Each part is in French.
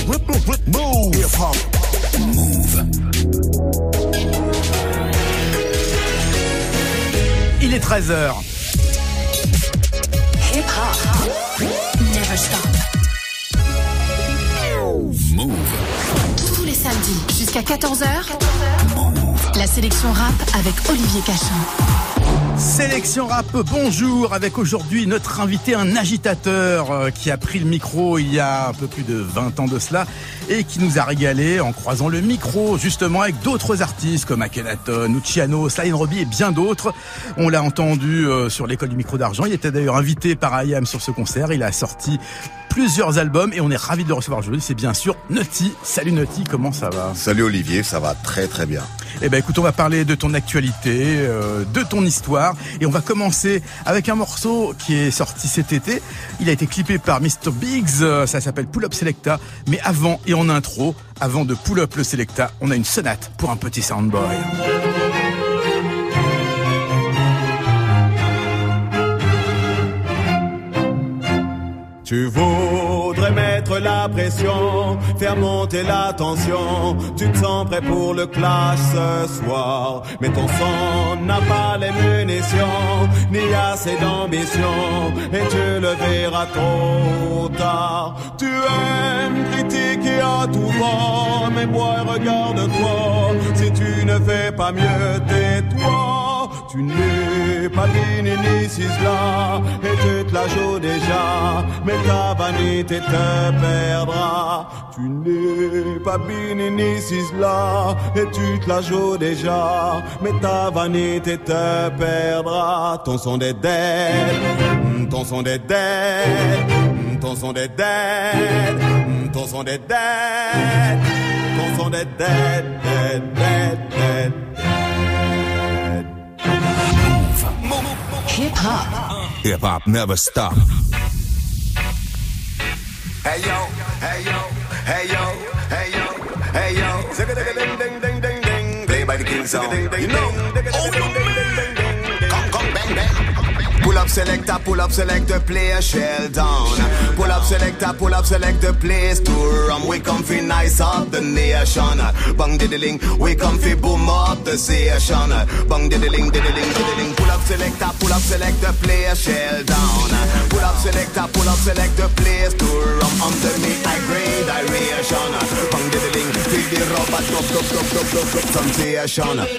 Move. Hip-hop. Move. Il est 13h. Hip-hop. Never stop. Move. Tous les samedis jusqu'à 14h. La sélection rap avec Olivier Cachin. Sélection rap, bonjour, avec aujourd'hui notre invité, un agitateur qui a pris le micro il y a un peu plus de 20 ans de cela et qui nous a régalé en croisant le micro justement avec d'autres artistes comme Akhenaton, Luciano, Sly & Robbie et bien d'autres. On l'a entendu sur l'école du micro d'argent, il était d'ailleurs invité par IAM sur ce concert, il a sorti plusieurs albums et on est ravis de le recevoir aujourd'hui, c'est bien sûr Nutty. Salut Nutty, comment ça va ? Salut Olivier, ça va très très bien. Eh ben écoute, on va parler de ton actualité, de ton histoire et on va commencer avec un morceau qui est sorti cet été. Il a été clippé par Mr. Biggs, ça s'appelle Pull Up Selecta, mais avant et en intro, avant de Pull Up le Selecta, on a une sonate pour un petit soundboy. Tu voudrais mettre la pression, faire monter la tension. Tu te sens prêt pour le clash ce soir, mais ton sang n'a pas les munitions, ni assez d'ambition, et tu le verras trop tard. Tu aimes critiquer à tout va, mais boy, regarde-toi. Si tu ne fais pas mieux, tais-toi. Tu n'es pas Bini ni Sisla, et tu te la joues déjà, mais ta vanité te perdra. Tu n'es pas Bini ni Sisla, et tu te la joues déjà, mais ta vanité te perdra. Ton son des dead, ton son des dead, ton son des dead, ton son des dead, ton son des dead, dead, dead, dead. Hip-hop. Hip-hop never stop. Hey yo, hey yo, hey yo, hey yo, hey yo. Zigga ding ding ding ding ding. Play by the King Sound. You know. Come bang bang. Pull up selecta, play a shell down. Pull up selecta, place to rum. We come fi nice up the nation. Bang diddling, we come fi boom up the station. Bang diddling, diddling, diddling. Pull up selecta, play a shell down. Pull up selecta, place to rum. Under me high grade aeration. Bang diddling, feel the rubber dub sensation.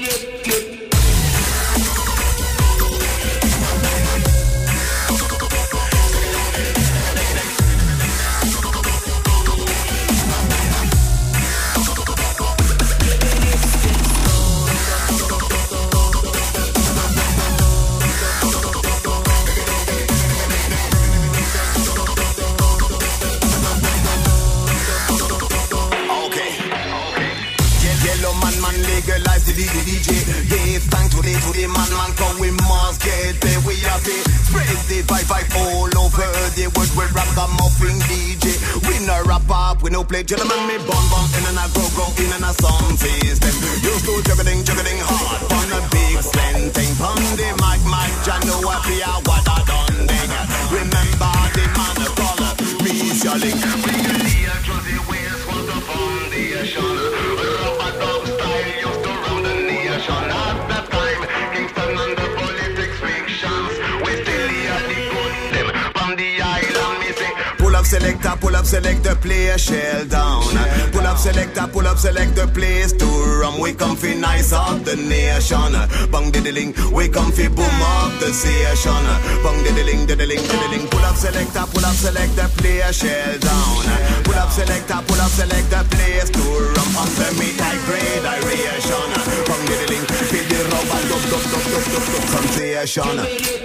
Legalize the DJ. Give thanks to the man, come we must get there. We have to spread the vibe all over the world. We rock the muffin DJ. We no rap up, we no play gentlemen. Me bum in and a go in and a sound system. Used to juggling hard on a big slant thing. Pon the mic, Jah know what we are, what I done ding. Remember the man of color, me is your link. We can see a trusty ways was the foundation. Rubber dub style used to run the nation. At that time, Kingston and the politics fictions. We still hear the good them from the island. Me say, pull up selecta, play a shell down. Pull up selecta, place to rum. We come fi nice up the nation. Bang diddling, we come fi boom up the station. Bang diddling, diddling, diddling. Pull up selecta, play a shell down. Pull up selecta, place to rum. Under me high grade aeration. Bang diddling, feel the rubber dub sensation.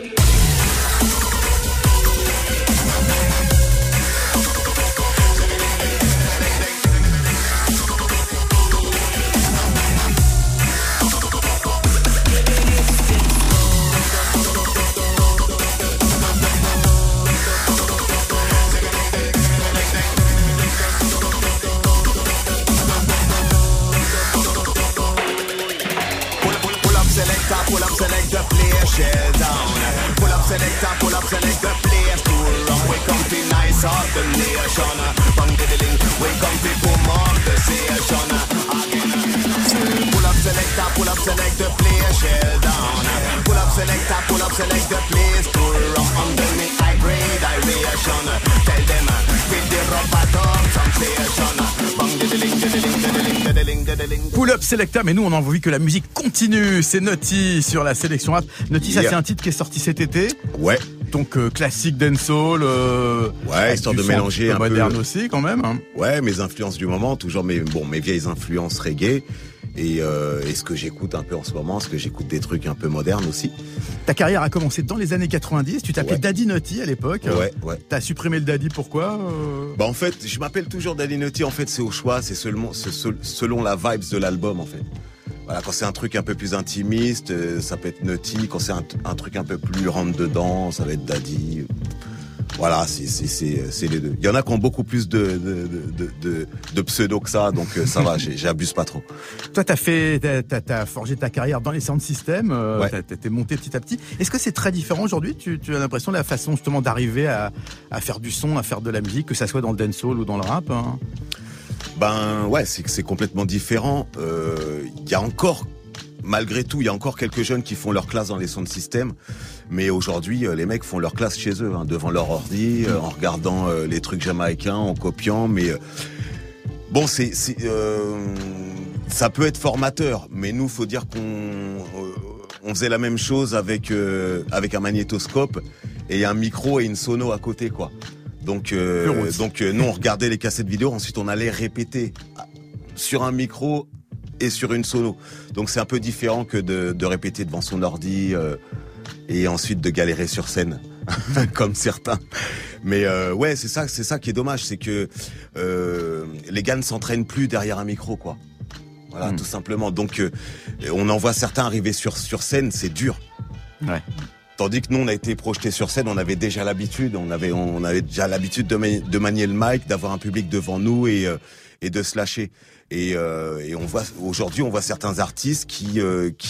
Pull up, select the play, shell down. Pull up, select the place to run. We come to nice up the nation. Bang diddling, we pull up select the place to rock under me high grade aeration. Tell them with the rubber dog sensation. Bang diddling diddling diddling diddling diddling. Pull Up Selecta, mais nous on a envie que la musique continue. C'est Naughty sur la sélection rap. Naughty, ça c'est un titre qui est sorti cet été. Ouais. Donc classique dancehall. Ouais, histoire de mélanger un peu. Moderne aussi quand même. Hein. Ouais, mes influences du moment, toujours mes vieilles influences reggae. Et ce que j'écoute un peu en ce moment, ce que j'écoute des trucs un peu modernes aussi. Ta carrière a commencé dans les années 90, tu t'appelais Daddy Naughty à l'époque. Ouais. T'as supprimé le Daddy, pourquoi Bah en fait, je m'appelle toujours Daddy Naughty, en fait c'est au choix, c'est selon la vibes de l'album en fait. Voilà, quand c'est un truc un peu plus intimiste, ça peut être Naughty, quand c'est un truc un peu plus rentre dedans, ça va être Daddy. Voilà, c'est les deux. Il y en a qui ont beaucoup plus de pseudo que ça, donc ça va, j'abuse pas trop. Toi, t'as forgé ta carrière dans les sound systems, t'es monté petit à petit. Est-ce que c'est très différent aujourd'hui ? Tu as l'impression de la façon justement d'arriver à faire du son, à faire de la musique, que ça soit dans le dancehall ou dans le rap hein ? Ben ouais, c'est complètement différent. Il y a encore, malgré tout, il y a encore quelques jeunes qui font leur classe dans les sound systems. Mais aujourd'hui, les mecs font leur classe chez eux, hein, devant leur ordi, en regardant les trucs jamaïcains, en copiant. Mais bon, ça peut être formateur. Mais nous, faut dire qu'on faisait la même chose avec un magnétoscope et un micro et une sono à côté, quoi. Donc nous, on regardait les cassettes vidéo. Ensuite, on allait répéter sur un micro et sur une sono. Donc c'est un peu différent que de répéter devant son ordi. Et ensuite de galérer sur scène, comme certains. Mais ouais, c'est ça qui est dommage, c'est que les gars ne s'entraînent plus derrière un micro, quoi. Voilà, tout simplement. Donc on en voit certains arriver sur scène, c'est dur. Ouais. Tandis que nous, on a été projetés sur scène, on avait déjà l'habitude, on avait déjà l'habitude de manier le mic, d'avoir un public devant nous et de se lâcher. Et on voit aujourd'hui, on voit certains artistes qui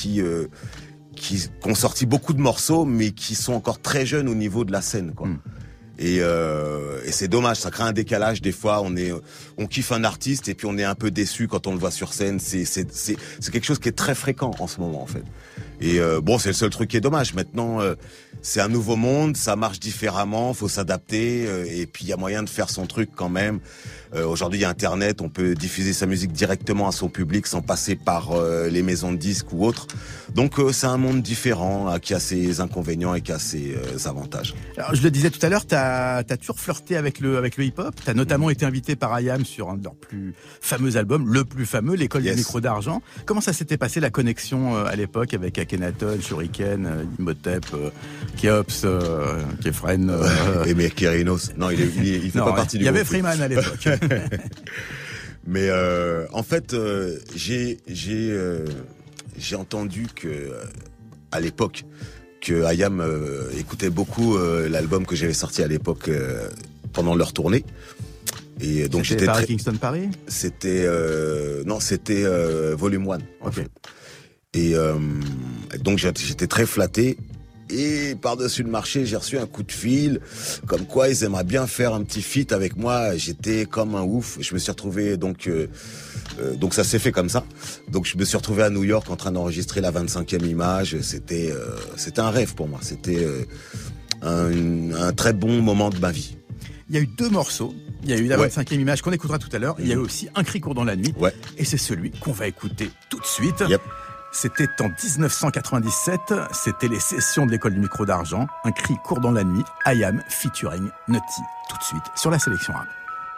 ont sorti beaucoup de morceaux, mais qui sont encore très jeunes au niveau de la scène, quoi. Et c'est dommage, ça crée un décalage. Des fois, on kiffe un artiste et puis on est un peu déçu quand on le voit sur scène. C'est quelque chose qui est très fréquent en ce moment, en fait. Et bon, c'est le seul truc qui est dommage. Maintenant, c'est un nouveau monde, ça marche différemment, faut s'adapter. Et puis il y a moyen de faire son truc quand même. Aujourd'hui, il y a Internet, on peut diffuser sa musique directement à son public sans passer par les maisons de disques ou autres. Donc c'est un monde différent qui a ses inconvénients et qui a ses avantages. Alors, je le disais tout à l'heure, t'as toujours flirté avec le hip-hop. T'as notamment été invité par IAM sur un de leurs plus fameux albums, le plus fameux, L'école du micro d'argent. Comment ça s'était passé la connexion à l'époque avec Akhenaton, Shuriken, Imhotep, Keops, Kefren et Mekerinos. Non, il fait pas partie du groupe. Il y avait Freeman à l'époque. Mais en fait, j'ai entendu que à l'époque que IAM écoutait beaucoup l'album que j'avais sorti à l'époque pendant leur tournée. Et donc c'était Paris Kingston Paris. C'était c'était Volume 1. Okay. En fait. Et donc j'étais très flatté. Et par-dessus le marché, j'ai reçu un coup de fil, comme quoi ils aimeraient bien faire un petit feat avec moi. J'étais comme un ouf. Je me suis retrouvé donc ça s'est fait comme ça. Donc je me suis retrouvé à New York en train d'enregistrer la 25e image. C'était un rêve pour moi. C'était un très bon moment de ma vie. Il y a eu 2 morceaux. Il y a eu la 25e image qu'on écoutera tout à l'heure. Il y a eu aussi Un cri court dans la nuit. Ouais. Et c'est celui qu'on va écouter tout de suite. Yep. C'était en 1997, c'était les sessions de l'école du micro d'argent, Un cri court dans la nuit, IAM featuring Naughty, tout de suite sur la sélection rap.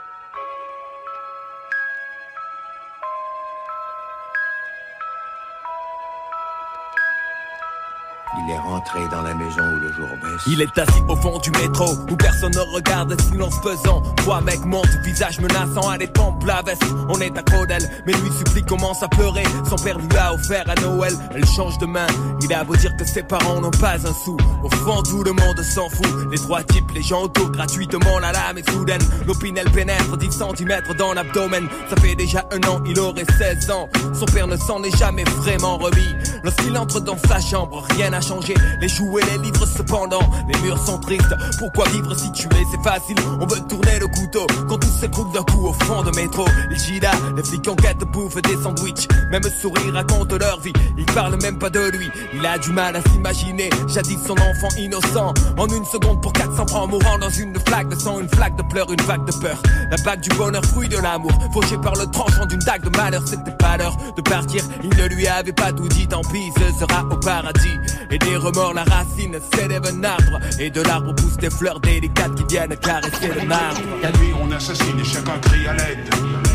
Il est rentré dans la maison où le jour baisse. Il est assis au fond du métro, où personne ne regarde, silence pesant. 3 mecs montent, visage menaçant, à des pompes la veste. On est à côté d'elle, mais lui supplie, commence à pleurer. Son père lui a offert à Noël, elle change de main. Il a beau dire que ses parents n'ont pas un sou. Au fond, tout le monde s'en fout. Les 3 types, les gens autour, gratuitement, la lame est soudaine. L'opinel pénètre 10 cm dans l'abdomen. Ça fait déjà 1 an, il aurait 16 ans. Son père ne s'en est jamais vraiment remis. Lorsqu'il entre dans sa chambre, rien n'a changé. changer les jouets, les livres cependant. Les murs sont tristes, pourquoi vivre si tu es, c'est facile. On veut tourner le couteau quand tout s'écroule d'un coup au fond de métro. Il gila, les flics en quête bouffent des sandwichs. Même sourire raconte leur vie, ils parlent même pas de lui. Il a du mal à s'imaginer, jadis son enfant innocent. En une seconde pour 400 francs, mourant dans une flaque de sang, une flaque de pleurs, une vague de peur. La bague du bonheur, fruit de l'amour, fauché par le tranchant d'une dague de malheur. C'était pas l'heure de partir, il ne lui avait pas tout dit. Tant pis, ce sera au paradis. Et des remords, la racine s'élève un arbre. Et de l'arbre poussent des fleurs délicates qui viennent caresser le marbre. La nuit on assassine et chacun crie à l'aide.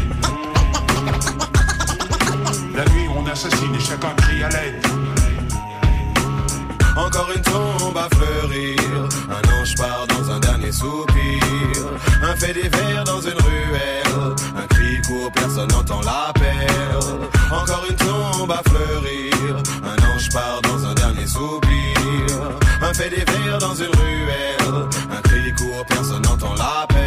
La nuit on assassine et chacun crie à l'aide. Encore une tombe à fleurir, un ange part dans un dernier soupir, un fait divers dans une ruelle, un cri court, personne n'entend l'appel. Encore une tombe à fleurir, un ange part dans un dernier soupir, un fait divers dans une ruelle, un cri court, personne n'entend l'appel.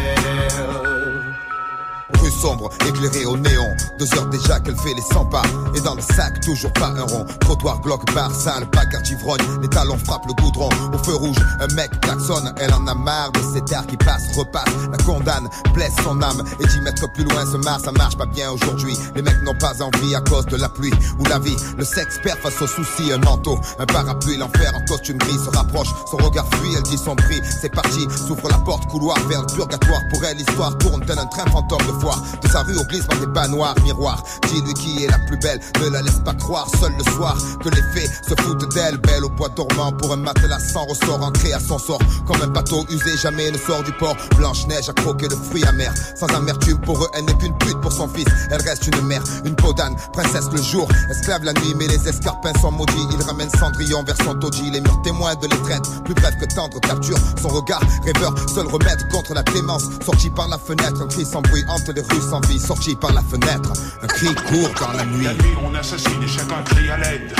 Rue sombre, éclairée au néon, 2 heures déjà qu'elle fait les 100 pas. Et dans le sac, toujours pas un rond. Trottoir, glock, bar, sale, bagarre d'ivrogne. Les talons frappent le goudron. Au feu rouge, un mec klaxonne. Elle en a marre de ces terres qui passent, repassent. La condamne, blesse son âme. Et 10 mètres plus loin se marre, ça marche pas bien aujourd'hui. Les mecs n'ont pas envie à cause de la pluie ou la vie. Le sexe perd face aux soucis, un manteau, un parapluie. L'enfer en costume gris se rapproche. Son regard fuit, elle dit son prix. C'est parti, s'ouvre la porte, couloir vers le purgatoire. Pour elle, l'histoire tourne tel un train fantôme de foire. De sa rue au glisse par des panoirs, miroirs. Dis-lui qui est la plus belle, ne la laisse pas croire seule le soir que les fées se foutent d'elle. Belle au bois dormant pour un matelas sans ressort, ancré à son sort. Comme un bateau usé, jamais ne sort du port. Blanche-Neige a croqué de fruits amers. Sans amertume pour eux, elle n'est qu'une pute pour son fils. Elle reste une mère, une peau d'âne, princesse le jour, esclave la nuit. Mais les escarpins sont maudits, il ramène Cendrillon vers son taudis. Les murs témoins de l'étreinte, plus bref que tendre capture. Son regard rêveur, seul remède contre la clémence. Sorti par la fenêtre, un cri sans bruit hante les rues sans vie. Sorti par la fenêtre, un cri court dans la nuit. La nuit on assassine et chacun crie à l'aide.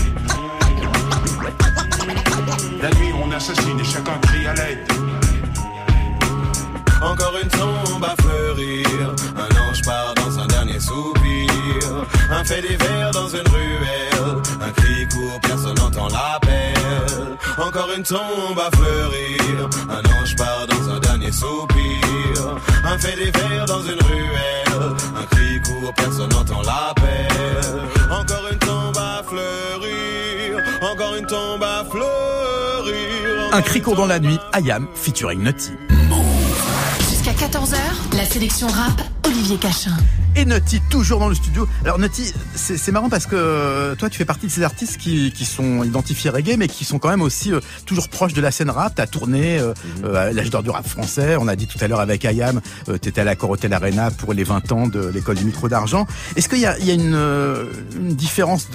La nuit on assassine et chacun crie à l'aide. Encore une tombe à fleurir, un ange part dans un dernier soupir, un fait divers dans une ruelle, un cri court, personne n'entend l'appel. Encore une tombe à fleurir, un ange part dans un dernier soupir, un fait divers dans une ruelle, un cri court, personne n'entend l'appel. Encore une tombe à fleurir, encore une tombe à fleurir. Un cri court dans la nuit, IAM featuring Naughty. Jusqu'à 14h, la sélection rap, Olivier Cachin. Et Naughty, toujours dans le studio. Alors Naughty, c'est marrant parce que toi, tu fais partie de ces artistes qui sont identifiés reggae, mais qui sont quand même aussi toujours proches de la scène rap. T'as tourné à l'âge d'or du rap français. On a dit tout à l'heure avec IAM, t'étais à l'Accor Hotel Arena pour les 20 ans de l'école du micro d'argent. Est-ce qu'il y a une différence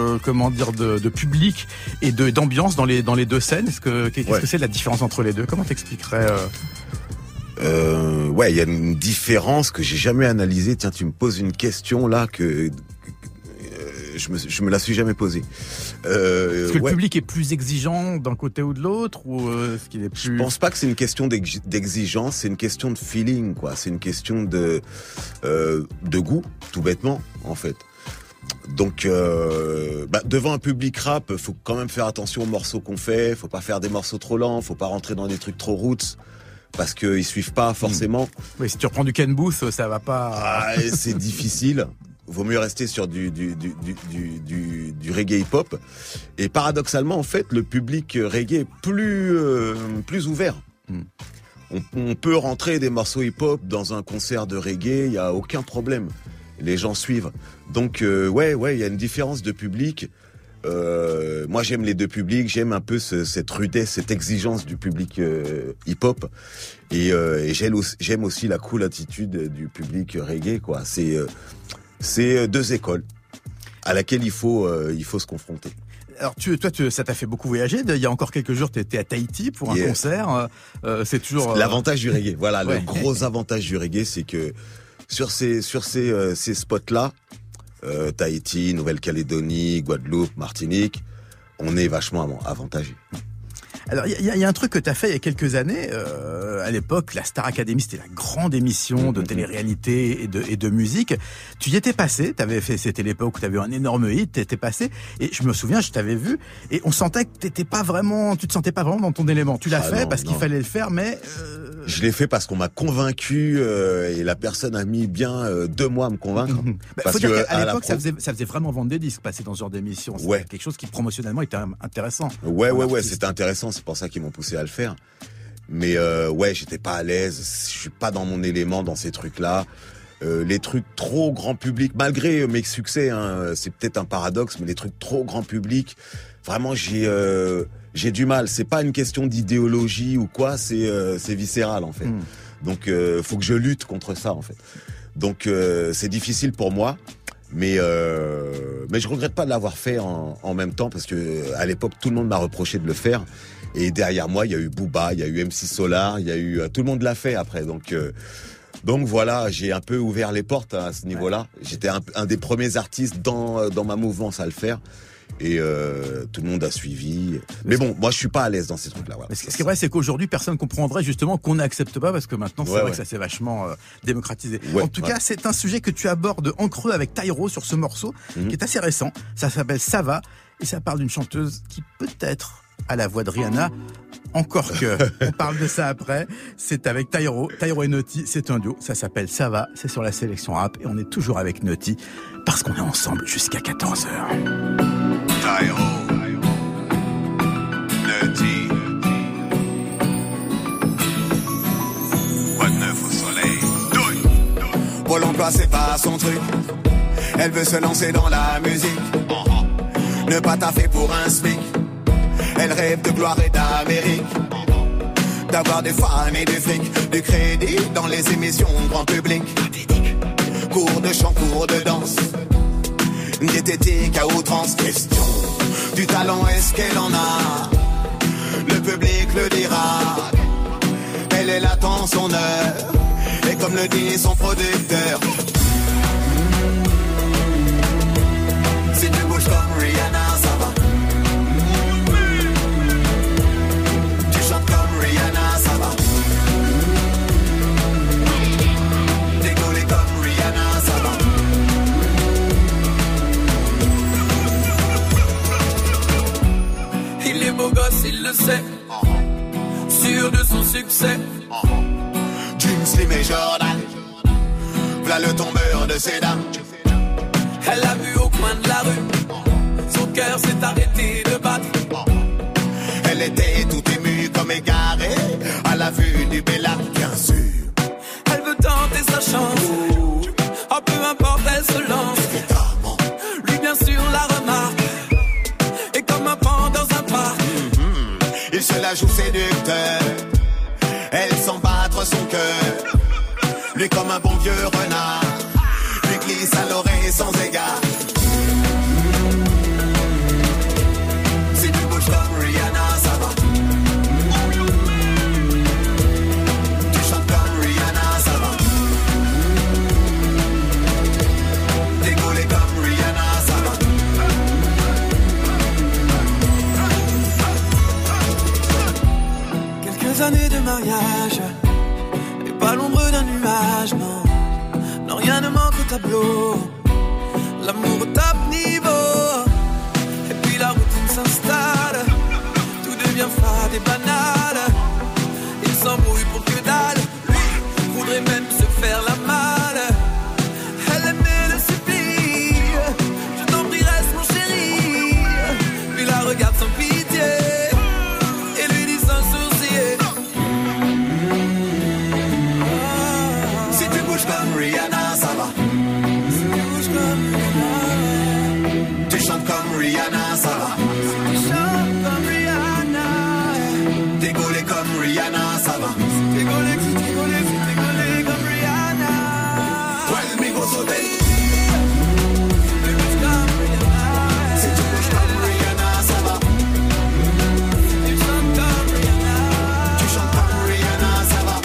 de public et d'ambiance dans les deux scènes? Qu'est-ce que c'est la différence entre les deux? Comment t'expliquerais Ouais, il y a une différence que j'ai jamais analysée. Tiens, tu me poses une question là que je me la suis jamais posée. Est-ce que le public est plus exigeant d'un côté ou de l'autre, ou est-ce qu'il est plus... Je pense pas que c'est une question d'exigence, c'est une question de feeling, quoi. C'est une question de goût, tout bêtement, en fait. Donc, devant un public rap, faut quand même faire attention aux morceaux qu'on fait. Faut pas faire des morceaux trop lents, faut pas rentrer dans des trucs trop roots. Parce qu'ils suivent pas forcément. Oui, si tu reprends du Ken Booth, ça va pas. C'est difficile. Vaut mieux rester sur du reggae hip-hop. Et paradoxalement, en fait, le public reggae est plus ouvert. On peut rentrer des morceaux hip-hop dans un concert de reggae, il y a aucun problème. Les gens suivent. Donc, ouais, il y a une différence de public. Moi j'aime les deux publics, j'aime un peu cette rudesse, cette exigence du public hip-hop et j'aime aussi la cool attitude du public reggae, quoi. C'est deux écoles à laquelle il faut se confronter. Alors toi, ça t'a fait beaucoup voyager. Il y a encore quelques jours, tu étais à Tahiti pour un concert. C'est toujours l'avantage du reggae. Voilà, le gros avantage du reggae, c'est que sur ces spots-là, Tahiti, Nouvelle-Calédonie, Guadeloupe, Martinique, on est vachement avantagé. Alors, il y a un truc que tu as fait il y a quelques années. À l'époque, la Star Academy, c'était la grande émission de télé-réalité et de musique. Tu y étais passé, c'était l'époque où tu avais un énorme hit, tu étais passé. Et je me souviens, je t'avais vu, et on sentait que tu te sentais pas vraiment dans ton élément. Tu l'as fait parce qu'il fallait le faire, mais... Je l'ai fait parce qu'on m'a convaincu et la personne a mis bien 2 mois à me convaincre. Faut dire qu'à l'époque, ça faisait vraiment vendre des disques, passer dans ce genre d'émission. C'était quelque chose qui promotionnellement était intéressant. Ouais, c'était intéressant. C'est pour ça qu'ils m'ont poussé à le faire. Mais j'étais pas à l'aise. Je suis pas dans mon élément dans ces trucs-là. Les trucs trop grand public, malgré mes succès, hein, c'est peut-être un paradoxe, mais les trucs trop grand public, vraiment j'ai du mal. C'est pas une question d'idéologie ou quoi, c'est viscéral en fait. Donc faut que je lutte contre ça en fait. Donc c'est difficile pour moi, mais je regrette pas de l'avoir fait en même temps parce que à l'époque tout le monde m'a reproché de le faire. Et derrière moi il y a eu Booba, il y a eu MC Solar, il y a eu tout le monde l'a fait après. Donc voilà, j'ai un peu ouvert les portes à ce niveau-là. J'étais un des premiers artistes dans ma mouvance à le faire. Et tout le monde a suivi. Mais bon, moi je suis pas à l'aise dans ces trucs-là. Voilà. Ce qui est vrai, c'est qu'aujourd'hui, personne comprendrait justement qu'on n'accepte pas, parce que maintenant, c'est vrai que ça s'est vachement démocratisé. En tout cas, c'est un sujet que tu abordes en creux avec Taïro sur ce morceau, qui est assez récent. Ça s'appelle Ça va, et ça parle d'une chanteuse qui peut-être a la voix de Rihanna. Encore que, on parle de ça après. C'est avec Taïro et Naughty, c'est un duo. Ça s'appelle Ça va, c'est sur la sélection rap, et on est toujours avec Naughty, parce qu'on est ensemble jusqu'à 14h. Taïro, Naughty, pas de neuf au soleil. Pôle emploi c'est pas son truc. Elle veut se lancer dans la musique. Ne pas taffer pour un SMIC. Elle rêve de gloire et d'Amérique. D'avoir des fans et du fric. Du crédit dans les émissions grand public. Cours de chant, cours de danse. Diététique à outrance. Question du talent, est-ce qu'elle en a? Le public le dira. Elle attend son heure. Et comme le dit son producteur, si tu bouges comme Rihanna, ça va. Tu chantes comme Rihanna, ça va. Décoller comme Rihanna, ça va. Il est beau gosse, il le sait. Sûr de son succès. Jeans, Slim et Jordan. V'là le tombeur de ses dames. Elle l'a vu au coin de la rue. Son cœur s'est arrêté de battre. Elle était tout émue comme égarée à la vue du Bella, bien sûr. Elle veut tenter sa chance. Oh, peu importe, elle se lance. Évidemment. Lui, bien sûr, la remarque. Et comme un pan dans un parc, il se la joue séducteur. Elle sent battre son cœur. Lui, comme un bon vieux renard, lui glisse à l'oreille sans égard. Si tu bouges comme Rihanna, ça va. Tu chantes comme Rihanna, ça va. Décoller comme Rihanna, ça va. Quelques années de mariage, et pas l'ombre d'un nuage, non. Non, rien ne manque au tableau. L'amour au top niveau. Et puis la routine s'installe. Tout devient fade et banal. Il s'embrouille pour que dalle. Lui voudrait même se faire la malle. Elle aimait le supplice. Je t'en prie, reste mon chéri. Puis la regarde sans pitié. Et lui dit sans sourciller. Si tu bouges comme Rihanna, ça va. Si tu bouges comme Rihanna. Tu chantes comme Rihanna, ça va. Tu chantes comme Rihanna. Décoller comme Rihanna, ça va. Décoller comme Rihanna. Ouais, le micro sauter. Si tu bouges comme Rihanna. Si tu bouges comme Rihanna, ça va. Tu chantes comme Rihanna. Tu chantes comme Rihanna, ça va.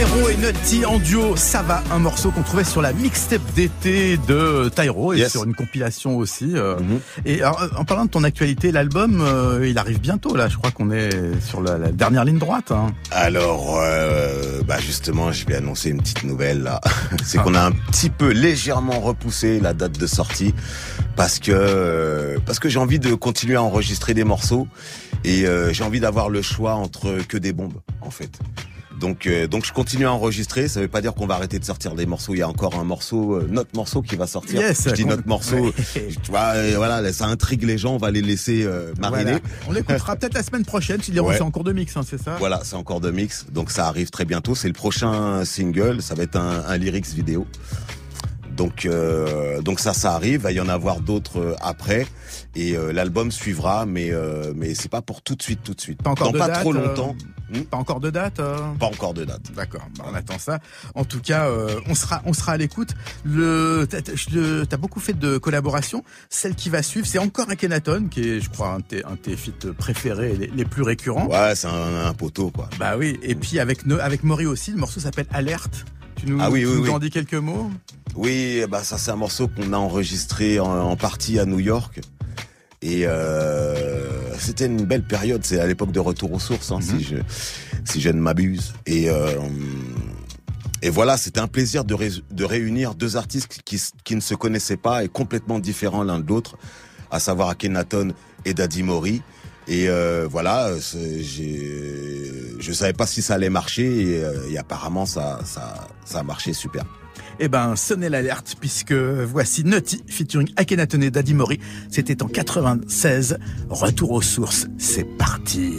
Tyro et Nutty en duo, ça va, un morceau qu'on trouvait sur la mixtape d'été de Tyro et sur une compilation aussi. Et alors, en parlant de ton actualité, l'album, il arrive bientôt là. Je crois qu'on est sur la dernière ligne droite. Hein. Alors, justement, je vais annoncer une petite nouvelle là. C'est qu'on a un petit peu légèrement repoussé la date de sortie parce que j'ai envie de continuer à enregistrer des morceaux et j'ai envie d'avoir le choix entre que des bombes en fait. Donc je continue à enregistrer. Ça veut pas dire qu'on va arrêter de sortir des morceaux. Il y a encore un morceau, notre morceau qui va sortir. Je dis notre morceau. Tu vois, voilà, ça intrigue les gens. On va les laisser mariner. Voilà. On l'écoutera peut-être la semaine prochaine. Si c'est en cours de mix, hein, c'est ça? Voilà, c'est en cours de mix. Donc ça arrive très bientôt. C'est le prochain single. Ça va être un lyrics vidéo. Donc ça arrive. Il va y en avoir d'autres après. Et l'album suivra, mais c'est pas pour tout de suite. Pas encore de pas date, trop longtemps. Pas encore de date. Pas encore de date. D'accord. On attend ça. En tout cas, on sera à l'écoute. T'as beaucoup fait de collaborations. Celle qui va suivre, c'est encore Akhenaton, qui est, je crois, un de tes feats préférés, les plus récurrents. Ouais, c'est un poteau, quoi. Bah oui. Et puis avec Maury aussi, le morceau s'appelle Alerte. Tu nous en dis quelques mots? Oui, ça c'est un morceau qu'on a enregistré en partie à New York. Et c'était une belle période, c'est à l'époque de Retour aux sources, hein, si je ne m'abuse. Et voilà, c'était un plaisir de réunir deux artistes qui ne se connaissaient pas et complètement différents l'un de l'autre, à savoir Akhenaton et Daddy Maury. Et voilà, je savais pas si ça allait marcher et apparemment ça a marché super. Eh ben, sonnez l'alerte puisque voici Nutty featuring Akhenaton et Daddy Maury. C'était en 96. Retour aux sources, c'est parti.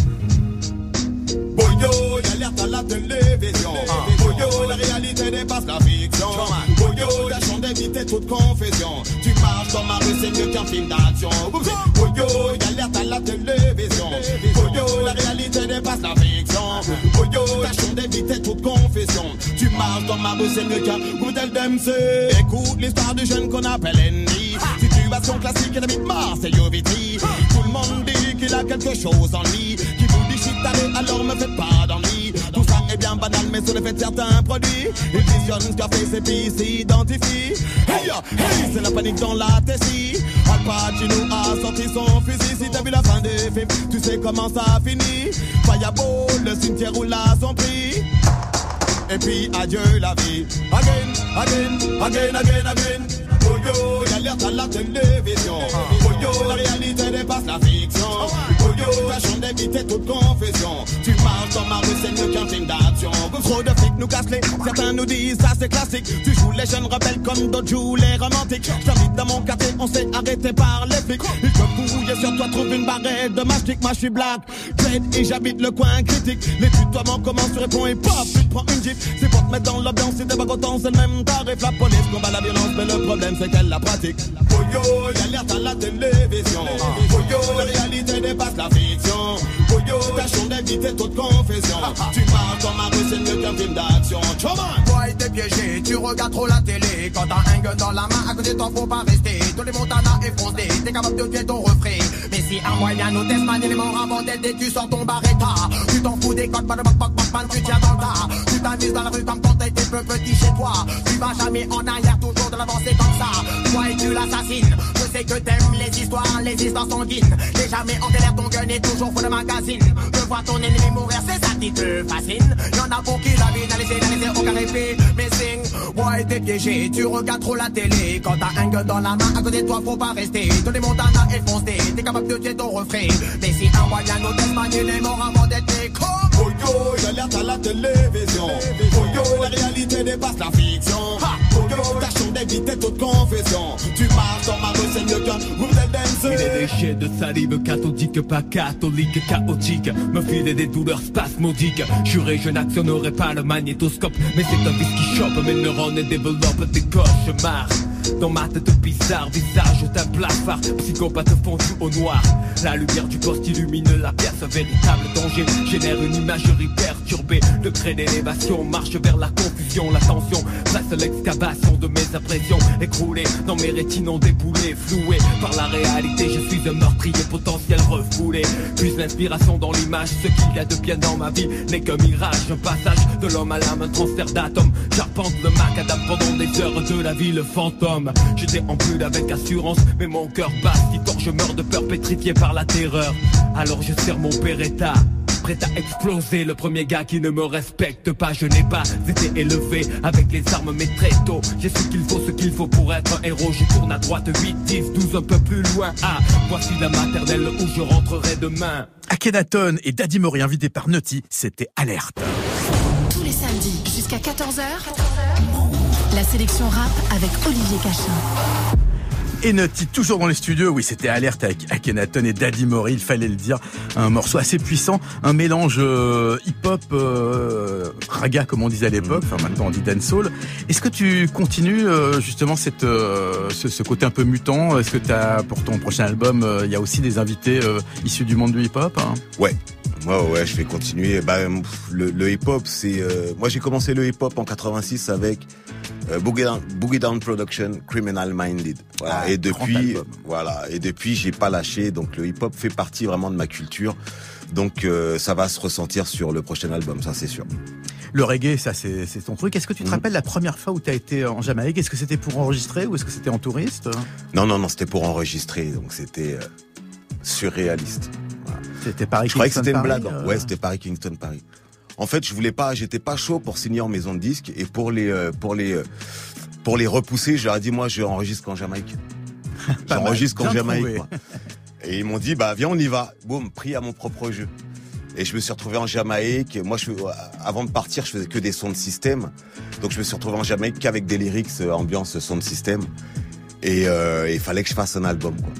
Boyo, l'alerte à la télévision. Boyo, la réalité dépasse la fiction. Boyo, la chambre d'éviter toute confession. Tu marches dans ma rue, c'est mieux qu'un film d'action. Boyo, l'alerte à la télévision. Boyo, la réalité dépasse la fiction. Boyo, la chambre d'éviter toute confession. Tu marches dans ma rue, c'est mieux qu'un modèle d'MC. Écoute l'histoire du jeune qu'on appelle Henry. Situation classique, il habite Marseille au Vitry. Tout le monde dit qu'il a quelque chose en lui. Qui vous dit shit, allez, alors me faites pas d'ennui. Tout ça est bien banal, mais sur le fait de certains produits. Il visionne ce qu'a fait ses puis s'identifie. Hey, c'est la panique dans la Tessie. Al Pacino a sorti son fusil. Si t'as vu la fin des films, tu sais comment ça a fini. Fireball, le cimetière roule à son prix. Et puis adieu la vie. Again. Boyo, l'alerte à la télévision. Boyo, la réalité dépasse la fiction. Boyo, tâchons d'éviter toute confession. Tu marches dans ma rue, c'est mieux qu'un film d'action. Trop de flics nous cassent les, certains nous disent ça c'est classique. Tu joues les jeunes rebelles comme d'autres jouent les romantiques. Je t'invite dans mon quartier, on s'est arrêté par les flics. Ils te fouillent sur toi, trouve une barrette de mastic. Moi je suis black, dread et j'habite le coin critique. Les tutoiements commencent, tu réponds et paf, tu te prends une jeep. C'est pour te mettre dans l'ambiance, si t'es pas content, c'est le même tarif. La police combat la violence, mais le problème c'est qu'elle la pratique. Boyo, l'alerte à la télévision. Boyo, la réalité dépasse la fiction. Boyo, tâchons d'éviter toute confession. Tu marches dans ma rue, c'est mieux qu'un film d'action. Toi, t'es piégé, tu regardes trop la télé. Quand t'as un gun dans la main, à côté de toi, faut pas rester. Tous les Montana effondrés, t'es capable de tuer ton refrain. Mais si un moyen nous desmane, les morts avant d'être dès que tu sors ton barretta. Tu t'en fous des codes, pas de bac, tu tiens dans le tas. Tu t'amuses dans la rue comme quand t'étais peu petit chez toi. Tu vas jamais en arrière, toujours de l'avancée comme ça. Toi et tu l'assassines. Je sais que t'aimes les histoires sanguines. T'es jamais en galère, ton gun est toujours fou de magazine. De voir ton ennemi mourir, c'est ça qui te fascine. Y'en a pour qui la vie n'a laissé aucun répit. Mais sing, ouais, t'es piégé, tu regardes trop la télé. Quand t'as un gun dans la main, à côté de toi, faut pas rester. Tous les Montana effondrés, t'es capable de tuer ton refrain. Mais si un moyen nous desmane, il est mort avant d'être né. Boyo, l'alerte à la télévision. Boyo, la réalité dépasse la fiction. Boyo, tâchons d'éviter toute confession. Tu marches dans ma rue, c'est mieux qu'un modèle d'MC. Il est des jets de salive cathodique, pas catholique, chaotique. Me filer des douleurs spasmodiques. Juré, je n'actionnerai pas le magnétoscope. Mais c'est un vice qui chope mes neurones et développe des cauchemars. dans ma tête bizarre, visage d'un blafard, psychopathe fondu au noir. La lumière du poste illumine la pièce, un véritable danger génère une imagerie perturbée. Degré d'élévation, marche vers la confusion, la tension, reste l'excavation de mes impressions, écroulées dans mes rétinons déboulés, floués par la réalité. Je suis un meurtrier potentiel refoulé. Puis l'inspiration dans l'image, ce qu'il y a de bien dans ma vie n'est qu'un mirage, un passage de l'homme à l'âme, un transfert d'atomes. J'arpente le macadam pendant des heures de la vie, le fantôme. J'étais en bulle avec assurance, mais mon cœur bat si fort, je meurs de peur, pétrifié par la terreur. Alors je serre mon Beretta, prêt à exploser. Le premier gars qui ne me respecte pas, je n'ai pas été élevé avec les armes, mais très tôt j'ai ce qu'il faut pour être un héros. Je tourne à droite, 8, 10, 12, un peu plus loin. Ah, voici la maternelle où je rentrerai demain. Akhenaton et Daddy Mori invités par Naughty, c'était Alerte. Tous les samedis jusqu'à 14h, la sélection rap avec Olivier Cachin. Et Naughty toujours dans les studios, oui c'était Alerte avec Akhenaton et Daddy Mori, il fallait le dire, un morceau assez puissant, un mélange hip-hop, raga comme on disait à l'époque, enfin maintenant on dit dancehall. Est-ce que tu continues justement ce côté un peu mutant? Est-ce que t'as, pour ton prochain album, il y a aussi des invités issus du monde du hip-hop hein? Ouais, je vais continuer. Le hip-hop, c'est... moi j'ai commencé le hip-hop en 86 avec Boogie Down Production, Criminal Minded. Voilà. Et depuis, j'ai pas lâché. Donc le hip-hop fait partie vraiment de ma culture. Donc ça va se ressentir sur le prochain album, ça c'est sûr. Le reggae, ça c'est ton truc. Est-ce que tu te rappelles la première fois où tu as été en Jamaïque? Est-ce que c'était pour enregistrer ou est-ce que c'était en touriste? Non, c'était pour enregistrer. Donc c'était surréaliste. Voilà. C'était Paris. Je croyais que c'était une blague. Ouais, c'était Paris Kingston Paris. En fait, j'étais pas chaud pour signer en maison de disques et pour les repousser, je leur ai dit moi je enregistre qu'en Jamaïque. J'enregistre qu'en Jamaïque. Quoi. Et ils m'ont dit viens on y va. Boum, pris à mon propre jeu. Et je me suis retrouvé en Jamaïque. Moi avant de partir, je faisais que des sons de système. Donc je me suis retrouvé en Jamaïque qu'avec des lyrics ambiance son de système. Et il fallait que je fasse un album quoi.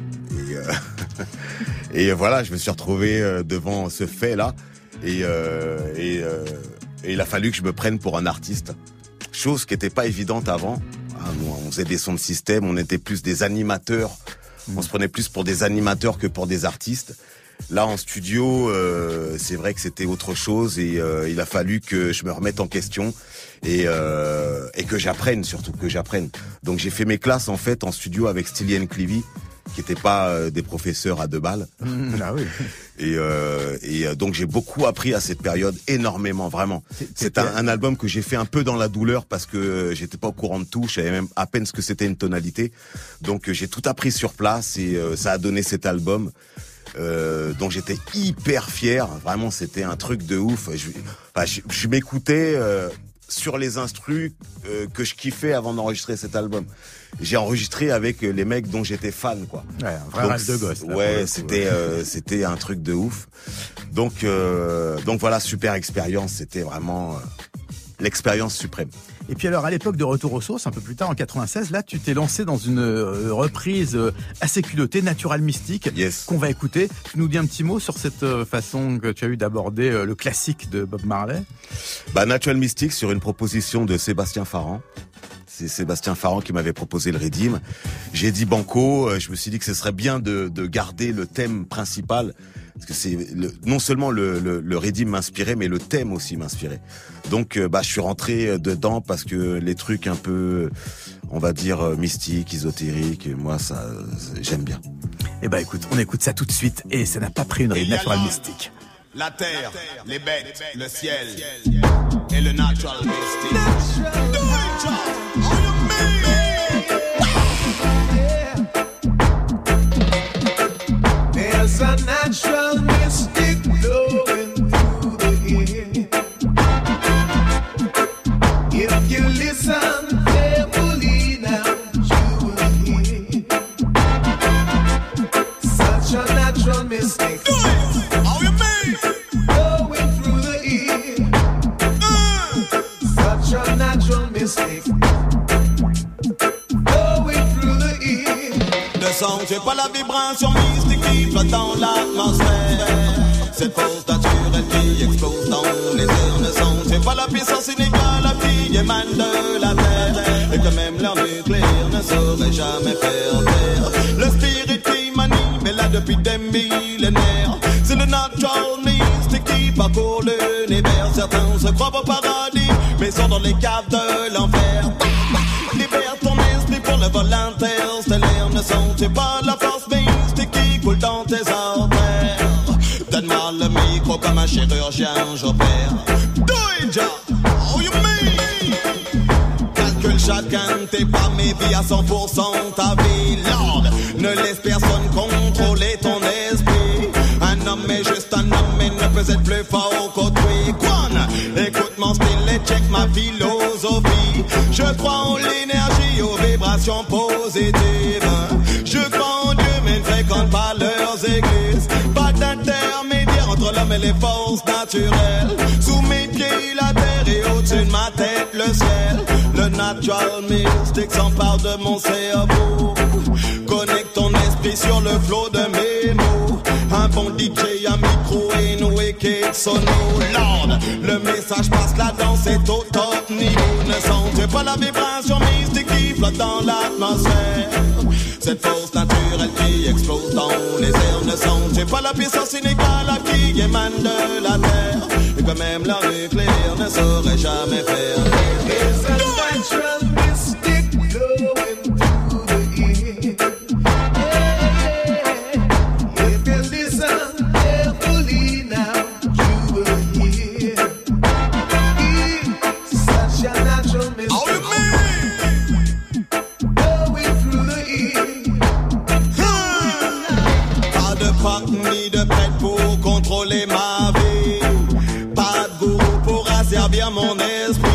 Et voilà, je me suis retrouvé devant ce fait là. Et il a fallu que je me prenne pour un artiste. Chose qui n'était pas évidente avant. On faisait des sons de système, on était plus des animateurs. On se prenait plus pour des animateurs que pour des artistes. Là, en studio, c'est vrai que c'était autre chose et il a fallu que je me remette en question et que j'apprenne, surtout que j'apprenne. Donc j'ai fait mes classes en fait en studio avec Steely and Clivy, qui n'étaient pas des professeurs à 2 balles. Ah oui. Et donc j'ai beaucoup appris à cette période, énormément, vraiment. C'est un album que j'ai fait un peu dans la douleur parce que j'étais pas au courant de tout, je savais même à peine ce que c'était une tonalité. Donc j'ai tout appris sur place et ça a donné cet album. Donc j'étais hyper fier, vraiment c'était un truc de ouf. Je m'écoutais sur les instrus que je kiffais avant d'enregistrer cet album. J'ai enregistré avec les mecs dont j'étais fan, quoi. Ouais, un vrai rêve de gosse. Là, ouais, c'était un truc de ouf. Donc voilà, super expérience. C'était vraiment l'expérience suprême. Et puis alors, à l'époque de Retour aux sources, un peu plus tard, en 96, là, tu t'es lancé dans une reprise assez culottée, Natural Mystic, yes, qu'on va écouter. Tu nous dis un petit mot sur cette façon que tu as eu d'aborder le classique de Bob Marley? Natural Mystic, sur une proposition de Sébastien Farran. C'est Sébastien Farran qui m'avait proposé le Redeem. J'ai dit banco, je me suis dit que ce serait bien de garder le thème principal. Parce que c'est non seulement le Redeem m'inspirait, mais le thème aussi m'inspirait. Donc je suis rentré dedans parce que les trucs un peu, on va dire, mystiques, ésotériques, moi ça j'aime bien. Eh écoute, on écoute ça tout de suite et ça n'a pas pris une ride. Natural Mystic. La terre, les bêtes, le ciel et le Natural Mystic. There's a natural mystic blowing through the air. If you listen carefully now, you will hear such a natural mystic. How you mean? Blowing through the air. Such a natural mystic. J'ai pas la vibration mystique qui flotte dans l'atmosphère. Cette force naturelle qui explose dans les airs ne sent. J'ai pas la puissance inégale qui émane de la terre. Et que même leur nucléaire ne ne saurait jamais faire taire. Le spirit qui m'anime est là depuis des millénaires. C'est le natural mystique qui parcourt l'univers. Certains se croient au paradis, mais sont dans les caves de l'enfer. Libère ton esprit pour le vol interstellaire. Ne sens-tu pas la force mystique qui coule dans tes artères? Donne-moi le micro comme un chirurgien, j'opère. Do it, ja, oh you mean? Calcule chacun de tes pas, mais vis à 100% ta vie, Lord. Ne laisse personne contrôler ton esprit. Un homme est juste un homme et ne peut être plus fort qu'autrui. Quan, écoute mon style et check ma philosophie. Je crois en l'énergie, aux vibrations positives. Je crois en Dieu mais ne fréquente pas leurs églises. Pas d'intermédiaire entre l'homme et les forces naturelles. Sous mes pieds la terre et au-dessus de ma tête le ciel. Le natural mystique s'empare de mon cerveau. Connecte ton esprit sur le flot de mes mots. Un bon DJ, un micro et une wicked sono. Lord, le message passe, la danse est au top niveau. Ne sentez pas la vibration mystique qui flotte dans l'atmosphère. Cette force naturelle qui explose dans les airs. Ne sentez pas la puissance inégale qui émane de la terre. Et que même la nucléaire ne saurait jamais faire. It's a natural mystic blowing through the air. If you listen carefully now, you will hear. It's such a natural mystic. Oh, you mean? Blowing through the air. Pas de pack ni de prêtre pour contrôler ma vie. Pas de gourou pour asservir mon esprit.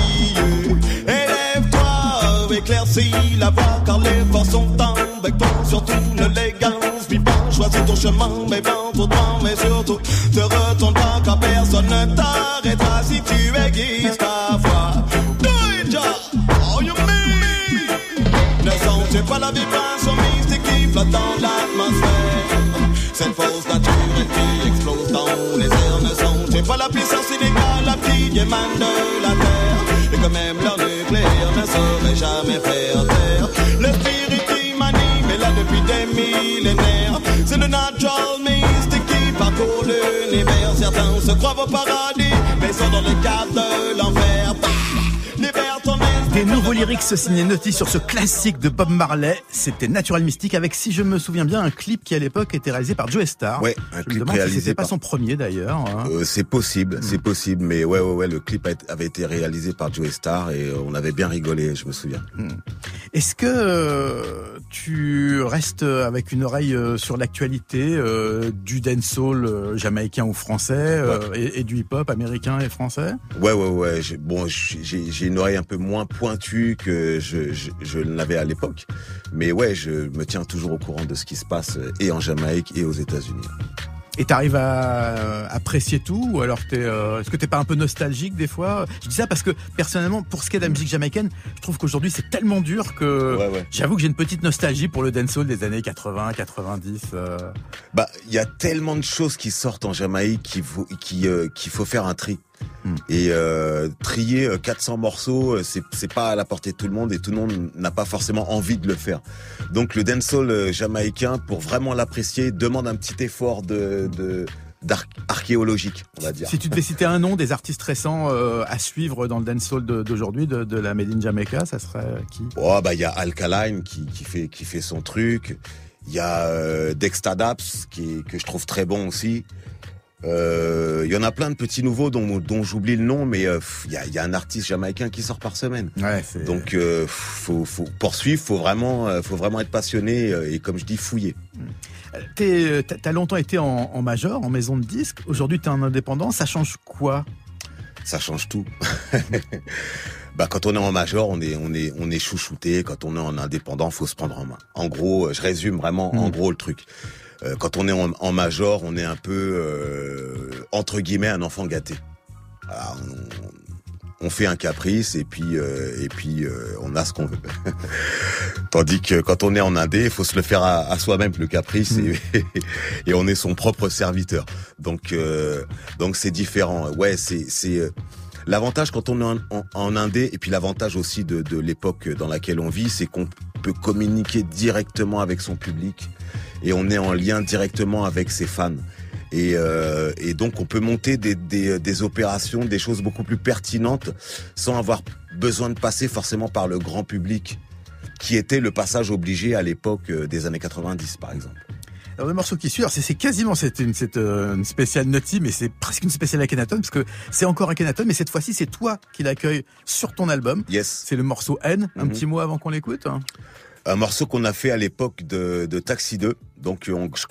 Élève-toi, éclaircis la voie, car les forces sont avec toi. Surtout ne l'égance, vis pas, choisis ton chemin, mais vends tout droit, mais surtout te retourne pas, car personne ne t'arrêtera si tu aiguises ta foi. Do it, ja, oh you mean? Ne sens-tu pas la vibration mystique qui flotte dans l'atmosphère? Cette force naturelle qui explose dans les airs. Ne sens-tu pas la puissance inégale qui émane de la terre? Et que même leur nucléaire ne saurait jamais faire taire. Le spirit qui m'anime est là depuis des millénaires. C'est le natural mystique qui parcourt l'univers. Certains se croient au paradis, mais sont dans le cadre de l'enfer. Libère ton esprit. Des nouveaux lyrics signés Naughty sur ce classique de Bob Marley. C'était Natural Mystic avec, si je me souviens bien, un clip qui à l'époque était réalisé par Joe Star. Ouais, un clip réalisé. C'était pas son premier d'ailleurs. Hein. C'est possible, mais ouais, le clip avait été réalisé par Joe Star et on avait bien rigolé, je me souviens. Est-ce que tu restes avec une oreille sur l'actualité du dancehall jamaïcain ou français et du hip-hop américain et français? Ouais. J'ai une oreille un peu moins pointue que je l'avais à l'époque, mais ouais, je me tiens toujours au courant de ce qui se passe et en Jamaïque et aux États-Unis. Et t'arrives à apprécier tout, ou alors est-ce que t'es pas un peu nostalgique des fois? Je dis ça parce que personnellement, pour ce qui est de la musique jamaïcaine, je trouve qu'aujourd'hui c'est tellement dur que j'avoue que j'ai une petite nostalgie pour le dancehall des années 80, 90. Il y a tellement de choses qui sortent en Jamaïque qu'il faut faire un tri. Et trier 400 morceaux, c'est pas à la portée de tout le monde et tout le monde n'a pas forcément envie de le faire. Donc le dancehall jamaïcain, pour vraiment l'apprécier, demande un petit effort archéologique, on va dire. Si tu devais citer un nom des artistes récents à suivre dans le dancehall d'aujourd'hui, de la Made in Jamaica, ça serait qui? Il y a Alkaline qui fait son truc. Il y a Dexta Daps que je trouve très bon aussi. Il y en a plein de petits nouveaux dont j'oublie le nom, mais il y a un artiste jamaïcain qui sort par semaine. Donc faut poursuivre, faut vraiment être passionné et comme je dis, fouiller. T'as longtemps été en major, en maison de disques. Aujourd'hui t'es en indépendant. Ça change quoi? Ça change tout. Quand on est en major, on est chouchouté. Quand on est en indépendant, faut se prendre en main. En gros, je résume vraiment en gros le truc. Quand on est en major, on est un peu entre guillemets un enfant gâté. Alors, on fait un caprice et puis on a ce qu'on veut. Tandis que quand on est en indé, il faut se le faire à soi-même le caprice et on est son propre serviteur. Donc c'est différent. Ouais, c'est l'avantage quand on est en indé et puis l'avantage aussi de l'époque dans laquelle on vit, c'est qu'on peut communiquer directement avec son public et on est en lien directement avec ses fans. Et donc on peut monter des opérations, des choses beaucoup plus pertinentes sans avoir besoin de passer forcément par le grand public, qui était le passage obligé à l'époque des années 90 par exemple. Alors le morceau qui suit, c'est quasiment une spéciale Naughty, mais c'est presque une spéciale Akhenaton, parce que c'est encore Akhenaton, mais cette fois-ci c'est toi qui l'accueille sur ton album. Yes. C'est le morceau N. Un petit mot avant qu'on l'écoute. Un morceau qu'on a fait à l'époque de Taxi 2. Donc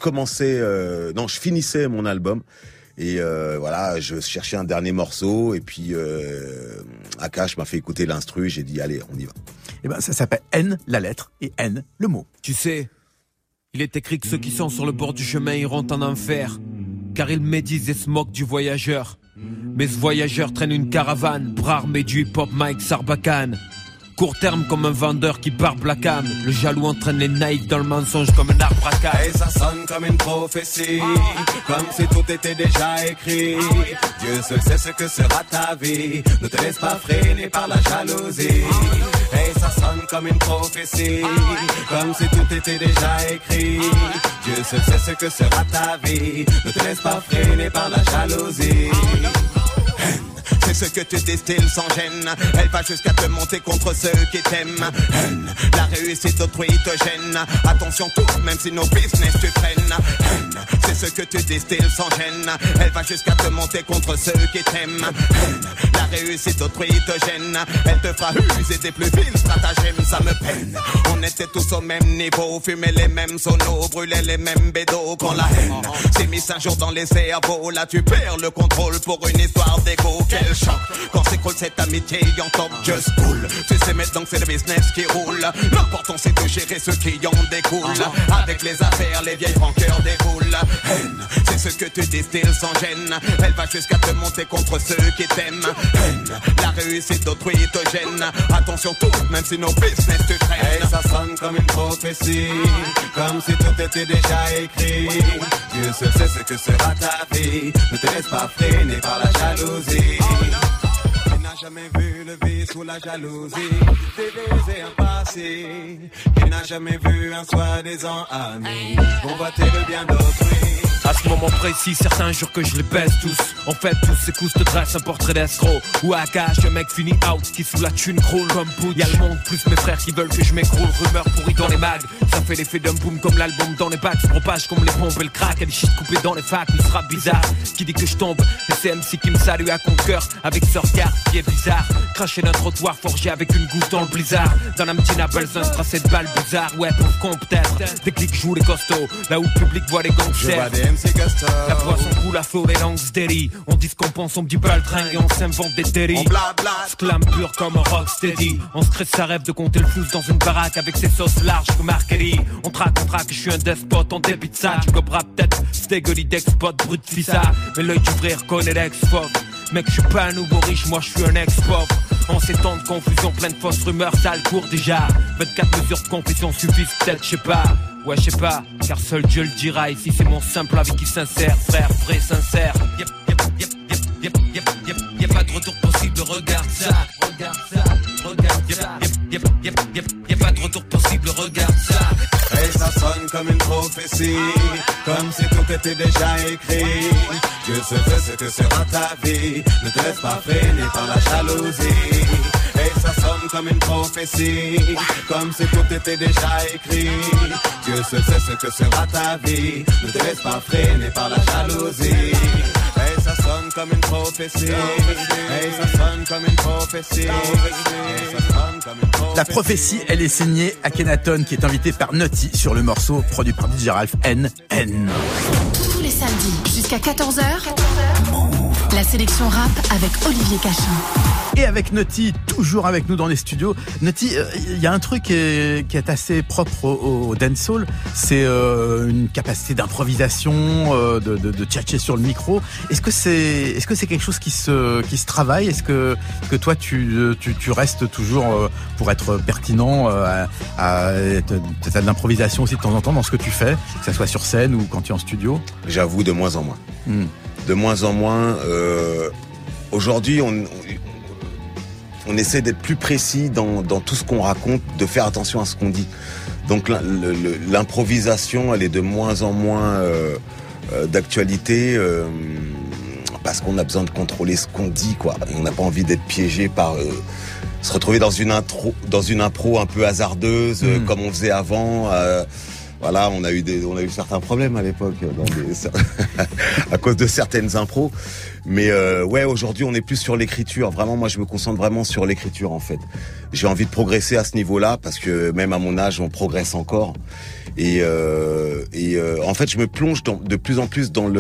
je finissais mon album et voilà, je cherchais un dernier morceau et puis Akash m'a fait écouter l'instru, j'ai dit allez, on y va. Et ben ça s'appelle N la lettre et N le mot. Tu sais, il est écrit que ceux qui sont sur le bord du chemin iront en enfer, car ils médisent et se moquent du voyageur. Mais ce voyageur traîne une caravane pour armer du hip-hop Mike Sarbacane. Court terme comme un vendeur qui barbe la cam. Le jaloux entraîne les naïfs dans le mensonge comme un arbre à cam. Et ça sonne comme une prophétie, comme si tout était déjà écrit. Dieu seul sait ce que sera ta vie, ne te laisse pas freiner par la jalousie. Et ça sonne comme une prophétie, comme si tout était déjà écrit. Dieu seul sait ce que sera ta vie, ne te laisse pas freiner par la jalousie. C'est ce que tu distilles sans gêne. Elle va jusqu'à te monter contre ceux qui t'aiment. La réussite d'autrui te gêne. Attention tout, même si nos business tu freines. C'est ce que tu distilles sans gêne. Elle va jusqu'à te monter contre ceux qui t'aiment. La réussite d'autrui te gêne. Elle te fera user des plus vils stratagèmes. Ça me peine. On était tous au même niveau. Fumer les mêmes sonos, brûler les mêmes bédos. Quand la haine s'est mise un jour dans les cerveaux, là tu perds le contrôle pour une histoire d'égo. Quel choc quand s'écroule cette amitié en top just cool. Tu sais maintenant que c'est le business qui roule. L'important c'est de gérer ceux qui en découlent. Avec les affaires, les vieilles rancœurs déboulent. Haine, c'est ce que tu distilles sans gêne. Elle va jusqu'à te monter contre ceux qui t'aiment. Haine, la réussite d'autrui te gêne. Attention tout, même si nos business te traînent. Et ça sonne comme une prophétie, comme si tout était déjà écrit. Dieu seul sait ce que sera ta vie, ne te laisse pas freiner par la jalousie. Qui n'a jamais vu le vice ou la jalousie, des baisers un passé. Qui n'a jamais vu un soi-disant ami convoiter le bien d'autrui. À ce moment précis, certains jurent que je les baisse tous. En fait, tous ces coups te dressent un portrait d'escroc. Ou à cash, un mec fini out qui sous la thune croule comme Pooch. Y'a le monde plus mes frères qui veulent que je m'écroule. Rumeurs pourries dans les mags, ça fait l'effet d'un boom comme l'album dans les bacs. Se propage comme les pompes et le crack. Et les shit coupés dans les facs, nous sera bizarre. Qui dit que je tombe, et c'est MC qui me salue à contre-cœur. Avec ce regard qui est bizarre. Cracher d'un trottoir forgé avec une goutte dans le blizzard. Dans la petite Apples, un tracé de balles bizarres. Ouais, pour con peut-être. Des clics jouent les costauds, là où le public voit les gangsters. La poisson coule à flot, les langues steady. On dit ce qu'on pense, on me dit pas le train et on s'invente des délits. On blabla, Sclam pur comme un rock steady. On se crée sa rêve de compter le flou dans une baraque avec ses sauces larges comme Arkeli. On traque, je suis un despote, on débite ça. Tu coperas peut-être, stégolie d'expot, brut fissa. Mais l'œil du vrai reconnaît l'ex-pop. Mec, je suis pas un nouveau riche, moi je suis un ex-pop. En ces temps de confusion, plein de fausses rumeurs, ça le court déjà. 24 mesures de confession suffisent peut-être, je sais pas. Ouais, je sais pas, car seul Dieu le dira. Ici c'est mon simple avis qui s'insère, frère, vrai, sincère. Y'a pas de retour possible, regarde ça. Regarde ça, regarde ça. Y'a pas de retour possible, regarde ça. Et ça sonne comme une prophétie, comme si tout était déjà écrit. Dieu se fait ce que sera ta vie, ne te laisse pas freiner par la jalousie. Et ça sonne comme une prophétie, comme si tout était déjà écrit. Dieu seul sait ce que sera ta vie, ne te laisse pas freiner par la jalousie. Et ça sonne comme une prophétie, et ça sonne comme une prophétie, et ça sonne comme une prophétie. La prophétie, elle est signée Akhenaton, qui est invité par Naughty sur le morceau produit par DJ Ralph, N. Tous les samedis jusqu'à 14h, la sélection rap avec Olivier Cachin. Et avec Naughty, toujours avec nous dans les studios. Naughty, il y a un truc qui est assez propre au dancehall, c'est une capacité d'improvisation, de tchatcher sur le micro. Est-ce que c'est quelque chose qui se travaille? Est-ce que toi tu restes toujours pour être pertinent t'as de l'improvisation aussi de temps en temps dans ce que tu fais, que ça soit sur scène ou quand tu es en studio? J'avoue, de moins en moins. De moins en moins. Aujourd'hui, on essaie d'être plus précis dans tout ce qu'on raconte, de faire attention à ce qu'on dit. Donc l'improvisation, elle est de moins en moins d'actualité parce qu'on a besoin de contrôler ce qu'on dit, quoi. Et on n'a pas envie d'être piégé par se retrouver dans une impro un peu hasardeuse comme on faisait avant. Voilà, on a eu certains problèmes à l'époque à cause de certaines impros. Mais ouais, aujourd'hui, on est plus sur l'écriture. Vraiment, moi, je me concentre vraiment sur l'écriture, en fait. J'ai envie de progresser à ce niveau-là parce que même à mon âge, on progresse encore. Et en fait, je me plonge de plus en plus dans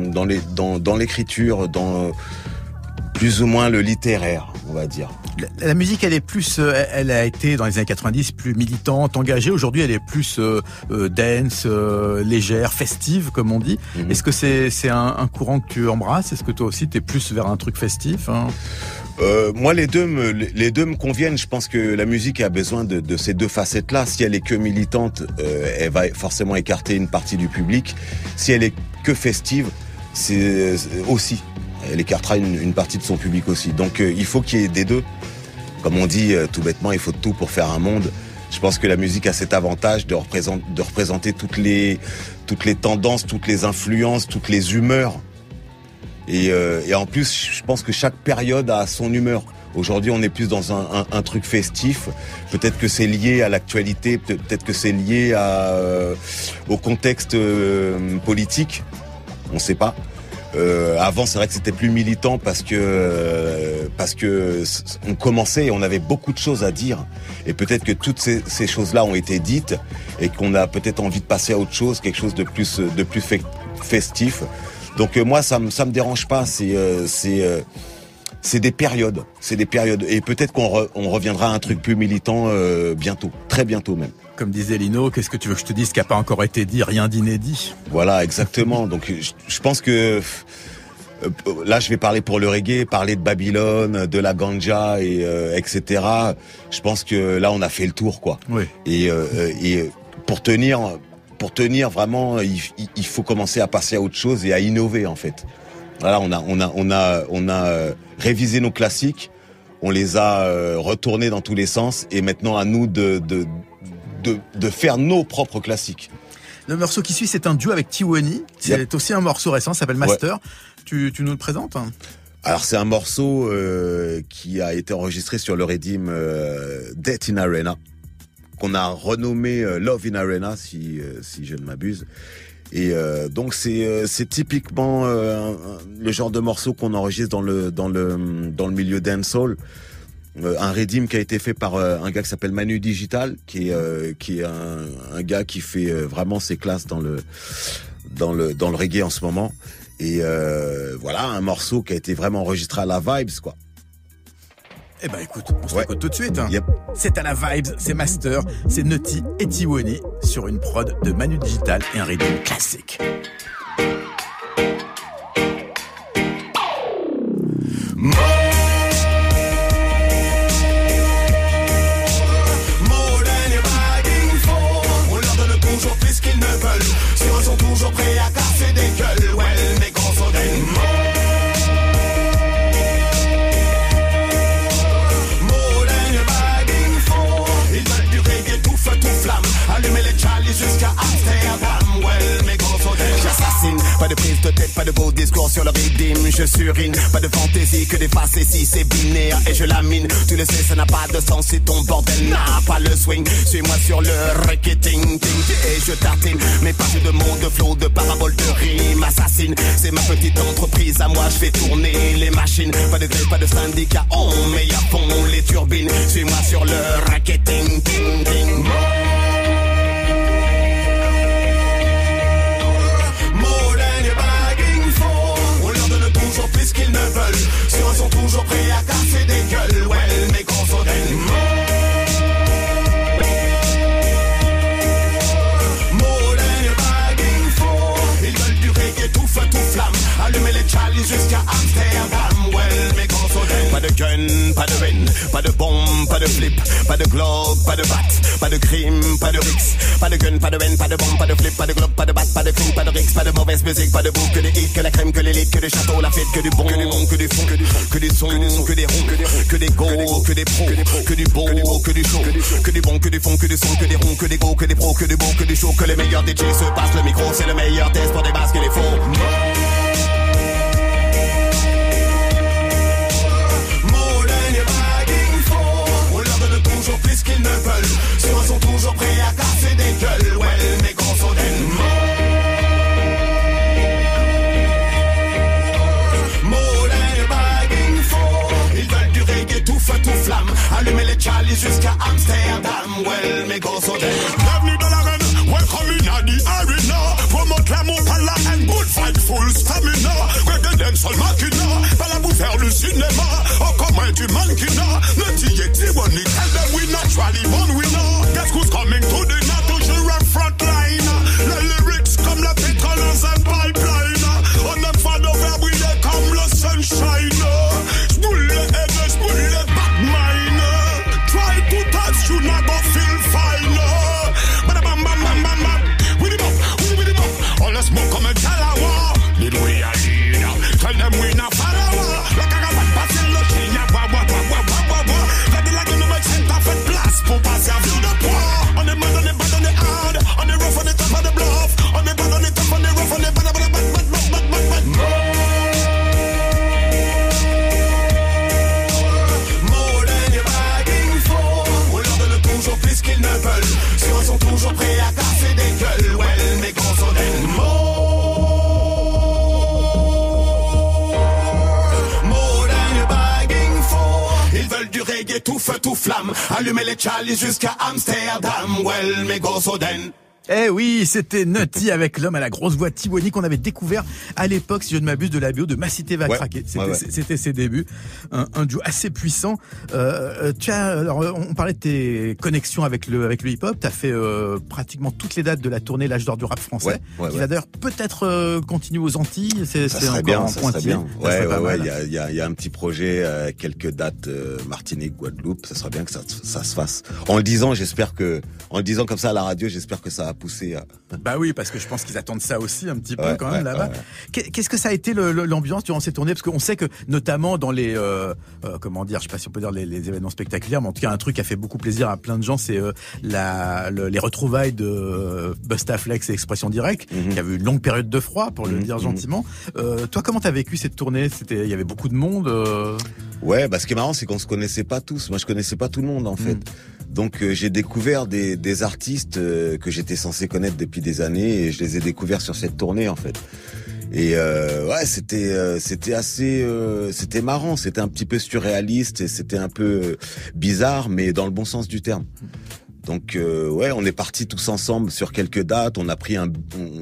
l'écriture, dans plus ou moins le littéraire, on va dire. La musique, elle est plus, elle a été dans les années 90 plus militante, engagée. Aujourd'hui, elle est plus dance, légère, festive, comme on dit. Mm-hmm. Est-ce que c'est un courant que tu embrasses? Est-ce que toi aussi, t'es plus vers un truc festif, hein? Moi, les deux me conviennent. Je pense que la musique a besoin de ces deux facettes-là. Si elle est que militante, elle va forcément écarter une partie du public. Si elle est que festive, c'est aussi. Elle écartera une partie de son public aussi. Donc il faut qu'il y ait des deux. Comme on dit tout bêtement, il faut de tout pour faire un monde. Je pense que la musique a cet avantage de représenter toutes les tendances, toutes les influences, toutes les humeurs. Et en plus, je pense que chaque période a son humeur. Aujourd'hui, on est plus dans un truc festif. Peut-être que c'est lié à l'actualité, peut-être que c'est lié au contexte politique. On ne sait pas. Avant, c'est vrai que c'était plus militant parce que on commençait et on avait beaucoup de choses à dire. Et peut-être que toutes ces choses-là ont été dites et qu'on a peut-être envie de passer à autre chose, quelque chose de plus festif. Donc moi, ça me dérange pas. C'est des périodes. Et peut-être qu'on reviendra à un truc plus militant bientôt, très bientôt même. Comme disait Lino, qu'est-ce que tu veux que je te dise qui n'a pas encore été dit, rien d'inédit. Voilà, exactement. Donc je pense que là, je vais parler pour le reggae, parler de Babylone, de la ganja et etc. Je pense que là, on a fait le tour, quoi. Oui. Et pour tenir vraiment, il faut commencer à passer à autre chose et à innover, en fait. Voilà, on a révisé nos classiques, on les a retournés dans tous les sens, et maintenant à nous de faire nos propres classiques. Le morceau qui suit, c'est un duo avec Tiwani. C'est aussi un morceau récent, ça s'appelle Master. Ouais. Tu nous le présentes? Alors c'est un morceau qui a été enregistré sur le Redeem Death in Arena, qu'on a renommé Love in Arena, si je ne m'abuse. Et donc c'est typiquement le genre de morceau qu'on enregistre dans le milieu dancehall. Un redeem qui a été fait par un gars qui s'appelle Manu Digital, qui est un gars qui fait vraiment ses classes dans le reggae en ce moment. Et voilà, un morceau qui a été vraiment enregistré à la Vibes, quoi. Eh ben écoute, on se l'écoute tout de suite. Yep. C'est à la Vibes, c'est Master, c'est Nutty et Tiwani sur une prod de Manu Digital et un redeem classique. Sont toujours prêts à casser des gueules. Ouais, les gros sont des more than your bagging for. Ils veulent du reggae tout feu, tout flamme. Allumer les chalices jusqu'à Amsterdam. Ouais, mes gros sont des j'assassine. Pas de prise de tête, pas de beau discours sur le rythme. Je surine, pas de fantaisie que des faces ici. C'est binaire et je lamine. Tu le sais, ça n'a pas de sens si ton bordel n'a pas le swing. Suis-moi sur le requêting et je tartine. Mes pages de mots, de flow, de paraboles, de rimes assassine. C'est ma petite entreprise, à moi je fais tourner les machines. Pas de grève, pas de syndicat, on met à fond les turbines. Suis-moi sur le requêting, ting, ting. Toujours plus qu'ils ne veulent. Sur eux sont toujours prêts à casser des gueules. Ouais, mes gros sont des more than your bagging for. Ils veulent du reggae tout feu, tout flamme. Allumer les chalices jusqu'à Amsterdam. Ouais, mes gros sont des Pas de gun, pas de haine, pas de bombe, pas de flip, pas de globe, pas de bat, pas de crime, pas de rix. Pas de gun, pas de haine, pas de bombe, pas de flip, pas de globe, pas de bat, pas de crime, pas de rix, pas de mauvaise musique, pas de bouffe, que des hits, que la crème, que l'élite, que des châteaux, la fête, que du bon, que du bon, que du fond, que des sons, que des ronds, que des go, que des pros, que du beau, que du chaud, que du bon, que du fond, que du son, que des ronds, que des go, que des pros, que du beau, que du chaud, que les meilleurs DJ se passent le micro, c'est le meilleur test pour des basques et les faux. Toujours plus qu'ils ne veulent. Ceux sont toujours prêts à casser des gueules. Well, mes gros sont des more than a bagging for. Ils veulent du reggae tout feu tout flamme. Allumer les Charlie jusqu'à Amsterdam. Well, mes gros sont des. Bienvenue dans l'arène, welcome in at the arena. Promote l'amour par la haine, good fight, full stamina. Reggae dancehall machina, pas là pour faire le cinéma. Oh, comment tu manquina? Ne t'y es-tu bonne? Tell them we naturally born winner. Guess who's coming to the night? Toujours un frontline. Les lyrics comme la pétrole dans un pipeline. On aime pas de faire briller comme le sunshine. J'boule les haters, j'boule les bad mind. Try to touch, you not go feel fine. Bam bam bam bam bam bam. With him up. On the smoke comme un talawa. Did we a leader? Tell them we not follow. Like a bad passing le chien. Fait place pour pas servir de poids. On est mad, on est bad, on est hard. On est rough, on est tough, on est bluff. On est bad, on est tough, on est rough, on est bad, bad. More than you're begging for. On leur donne toujours plus qu'ils ne veulent. Ceux sont toujours prêts à casser des gueules. Well, mes gros sont des more than you're begging for. Ils veulent du reggae tout feu tout flamme. Allumer les Charlie jusqu'à Amsterdam. Well, mes gros soden. Eh oui, c'était Nutty avec l'homme à la grosse voix T-Bony qu'on avait découvert à l'époque, si je ne m'abuse, de la bio de Ma Cité va craquer. C'était ses débuts, un duo assez puissant. Alors, on parlait de tes connexions avec le hip-hop. T'as fait pratiquement toutes les dates de la tournée L'âge d'or du rap français, qui va d'ailleurs peut-être continuer aux Antilles. Ça serait bien, ça serait bien. Ouais. Il y a un petit projet, quelques dates Martinique, Guadeloupe. Ça serait bien que ça se fasse. En le disant comme ça à la radio, j'espère que ça va pousser. Bah oui, parce que je pense qu'ils attendent ça aussi un petit peu quand même là-bas. Qu'est-ce que ça a été l'ambiance durant ces tournées? Parce qu'on sait que notamment dans les comment dire, je sais pas si on peut dire les événements spectaculaires, mais en tout cas un truc qui a fait beaucoup plaisir à plein de gens, c'est les retrouvailles de Bustaflex et Expression Directe, qui avait eu une longue période de froid, pour le dire gentiment. Toi, comment t'as vécu cette tournée? Il y avait beaucoup de monde. Ouais, bah ce qui est marrant, c'est qu'on se connaissait pas tous. Moi, je connaissais pas tout le monde en fait. Donc j'ai découvert des artistes que j'étais censé connaître depuis des années et je les ai découverts sur cette tournée en fait. Et c'était assez c'était marrant, c'était un petit peu surréaliste et c'était un peu bizarre, mais dans le bon sens du terme. Donc on est partis tous ensemble sur quelques dates, on a pris un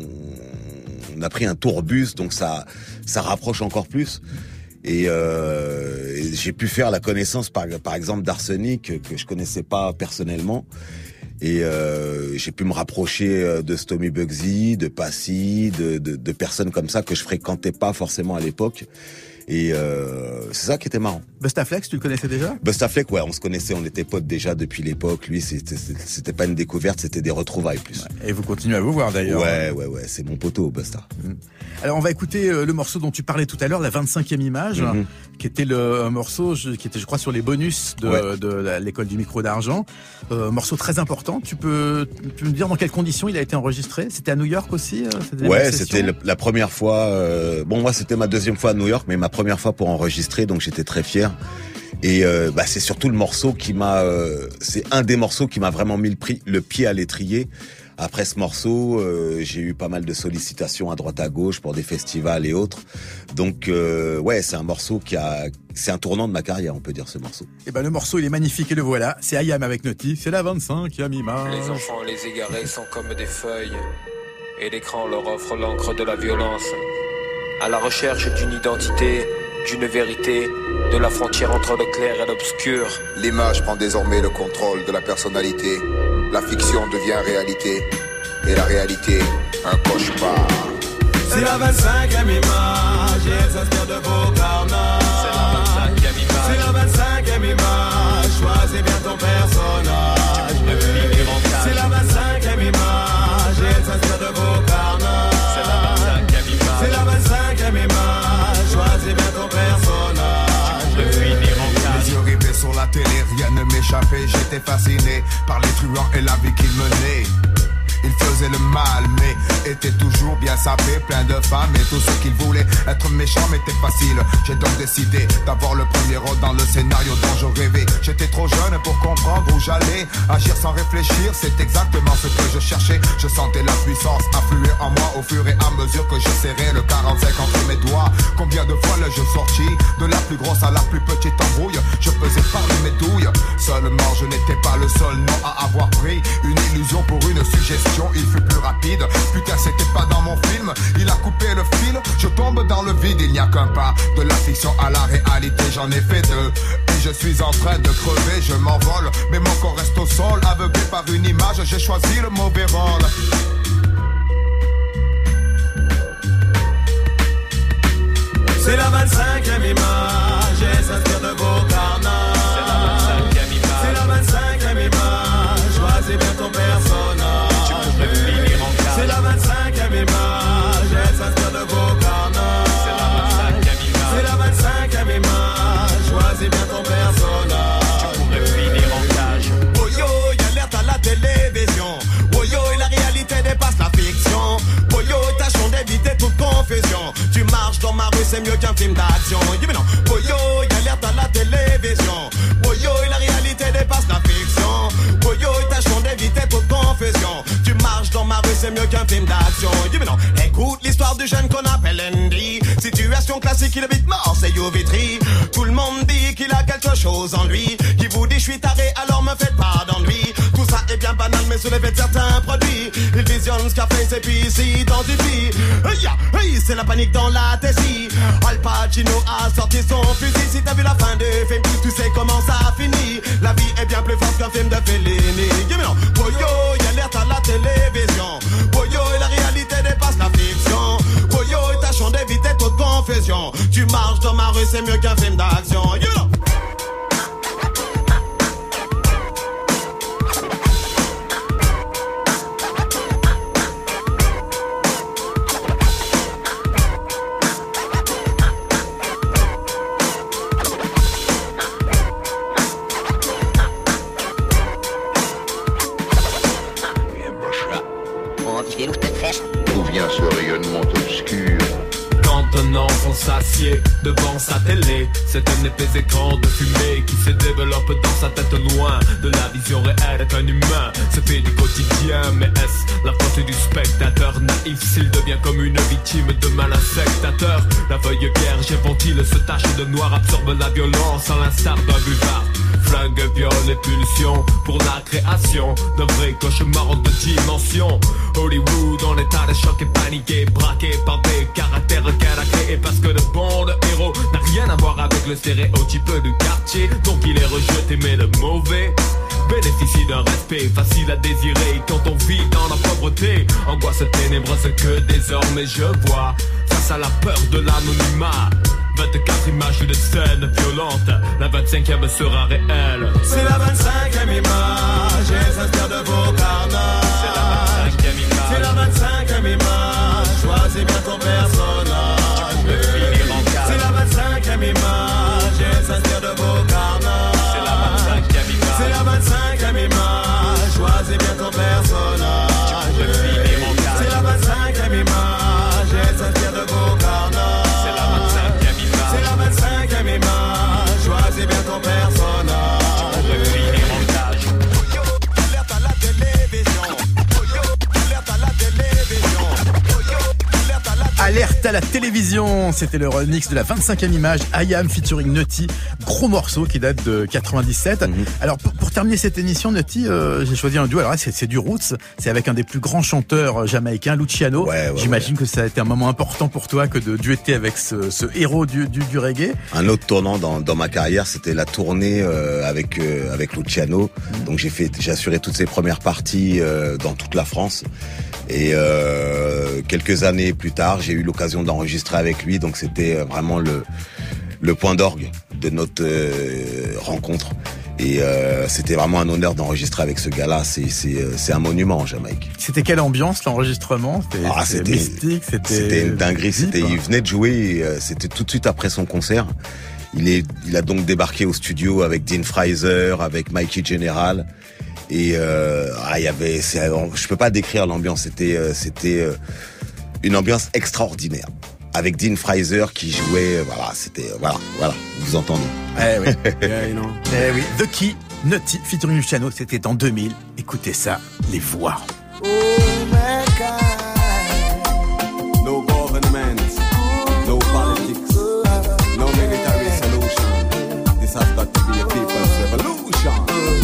tourbus, donc ça rapproche encore plus. Et j'ai pu faire la connaissance par exemple d'Arsenic que je connaissais pas personnellement. Et j'ai pu me rapprocher de Stomy Bugsy, de Passy, de personnes comme ça que je fréquentais pas forcément à l'époque. Et c'est ça qui était marrant. Bustaflex, tu le connaissais déjà? Bustaflex, ouais, on se connaissait, on était potes déjà depuis l'époque. Lui, c'était pas une découverte, c'était des retrouvailles plus. Ouais. Et vous continuez à vous voir d'ailleurs. Ouais, c'est mon poteau, Busta. Alors on va écouter le morceau dont tu parlais tout à l'heure, la 25e image, qui était un morceau qui était, je crois, sur les bonus de l'école du micro d'argent. Morceau très important. Tu peux me dire dans quelles conditions il a été enregistré? C'était à New York aussi? Ouais, c'était la première fois. Bon, moi, c'était ma deuxième fois à New York, mais ma première fois pour enregistrer, donc j'étais très fier. Et c'est surtout le morceau c'est un des morceaux qui m'a vraiment mis le pied à l'étrier. Après ce morceau, j'ai eu pas mal de sollicitations à droite à gauche pour des festivals et autres. Donc c'est un morceau c'est un tournant de ma carrière, on peut dire, ce morceau. Et le morceau il est magnifique et le voilà, c'est I Am avec Nutty, c'est la 25e image. Les enfants, les égarés sont comme des feuilles et l'écran leur offre l'encre de la violence. À la recherche d'une identité, d'une vérité, de la frontière entre le clair et l'obscur. L'image prend désormais le contrôle de la personnalité. La fiction devient réalité. Et la réalité, un cauchemar. C'est la 25e image, et elle s'inspire de vos carnages. C'est la 25e image. échapper. J'étais fasciné par les truands et la vie qu'ils menaient. Il faisait le mal, mais était toujours bien sapé, plein de femmes et tout ce qu'il voulait. Être méchant m'était facile. J'ai donc décidé d'avoir le premier rôle dans le scénario dont je rêvais. J'étais trop jeune pour comprendre où j'allais. Agir sans réfléchir, c'est exactement ce que je cherchais. Je sentais la puissance affluer en moi au fur et à mesure que je serrais le 45 entre mes doigts. Combien de fois le jeu sorti, de la plus grosse à la plus petite embrouille, je faisais parler mes douilles. Seulement je n'étais pas le seul nom à avoir pris une illusion pour une suggestion. Il fut plus rapide, putain c'était pas dans mon film. Il a coupé le fil, je tombe dans le vide. Il n'y a qu'un pas, de la fiction à la réalité, j'en ai fait deux. Et je suis en train de crever, je m'envole, mais mon corps reste au sol. Aveuglé par une image, j'ai choisi le mauvais rôle. C'est la 25e image, et s'inspire de vos carnages. C'est la 25e image, c'est la 25e image. Choisis bien ton personnage. C'est la 25e image, elle s'inspire de vos carnages. C'est la 25e image, c'est la 25e image. Choisis bien ton personnage. Tu pourrais finir en cage. Oh yo, y'alerte à la télévision. Oh yo, et la réalité dépasse la fiction. Oh yo, tâchons d'éviter toute confusion. Tu marches dans ma rue, c'est mieux qu'un film d'action. Yeah, mais non. Oh yo, y'alerte à la télévision. Oh yo, et la réalité dépasse la fiction. Oh yo, tâchons d'éviter toute confusion. Tu marches dans ma rue, c'est mieux qu'un film d'action. Yeah, mais non. Écoute l'histoire du jeune qu'on appelle Andy. Situation classique, il habite Marseille ou Vitry. Tout le monde dit qu'il a quelque chose en lui. Qui vous dit je suis taré, alors me faites pas d'ennui. Tout ça est bien banal, mais sous l'effet de certains produits. Il visionne Scarface et puis s'identifie. C'est la panique dans la tessie. Al Pacino a sorti son fusil. Si t'as vu la fin du film, tu sais comment ça finit. La vie est bien plus forte qu'un film de Fellini. Yeah, mais non. Oh yo, y'alerte à la télévision. Oh yo, et la réalité dépasse la fiction. Oh yo, et tâchons d'éviter toute confusion. Tu marches dans ma rue, c'est mieux qu'un film d'action. Yeah, non. D'où vient ce rayonnement obscur? Quand un enfant s'assied devant sa télé, c'est un épais écran de fumée qui se développe dans sa tête loin de la vision réelle qu'un humain se fait du quotidien. Mais est-ce la faute du spectateur naïf s'il devient comme une victime de malin sectateur? La feuille vierge infantile se tache de noir, absorbe la violence à l'instar d'un buvard. Flingue, viol et pulsion pour la création d'un vrai cauchemar de dimension. Hollywood en état de choc et paniqué, braqué par des caractères qu'elle a créés. Parce que le bon, le héros n'a rien à voir avec le stéréotype du quartier. Donc il est rejeté, mais le mauvais bénéficie d'un respect facile à désirer quand on vit dans la pauvreté. Angoisse ténébreuse que désormais je vois face à la peur de l'anonymat. 24 images de scène violente, la 25e sera réelle. C'est la 25e image, elle s'inspire de vos carnages. C'est la 25e image, c'est la 25e image. Choisis bien ton personnage. Tu pourrais finir en cage. C'est la 25e image, elle s'inspire de vos carnages. C'est la 25e image, c'est la 25e image. Choisis bien ton personnage. Tu pourrais finir en cage. C'est la 25e image, elle s'inspire de vos carnages. C'est la 25e image, c'est la 25e image. Choisis bien ton personnage. Tu pourrais finir en cage. Yo, alerte à la télévision. Yo, alerte à la télévision. Yo, alerte à la télévision. Alerte à la télévision, c'était le remix de la 25e image, I Am featuring Nutty, gros morceau qui date de 97. Alors pour terminer cette émission, Nutty, j'ai choisi un duo, alors là c'est du roots, c'est avec un des plus grands chanteurs jamaïcains, Luciano. J'imagine que ça a été un moment important pour toi que de duetter avec ce héros du reggae. Un autre tournant dans ma carrière, c'était la tournée avec Luciano. Donc j'ai assuré toutes ses premières parties dans toute la France. Et quelques années plus tard, j'ai eu l'occasion d'enregistrer avec lui, donc c'était vraiment le point d'orgue de notre rencontre. Et c'était vraiment un honneur d'enregistrer avec ce gars-là. C'est un monument en Jamaïque. C'était quelle ambiance l'enregistrement? C'était mystique, c'était une dinguerie. Il venait de jouer, c'était tout de suite après son concert. Il a donc débarqué au studio avec Dean Fraser, avec Mikey General. Et je peux pas décrire l'ambiance. C'était une ambiance extraordinaire. Avec Dean Fraser qui jouait, voilà, vous entendez. Eh oui. Eh oui. The Key, Nutty, featuring Luciano, c'était en 2000. Écoutez ça, les voix. Oh my God. No government, no politics, no military solution. This has got to be a people's revolution.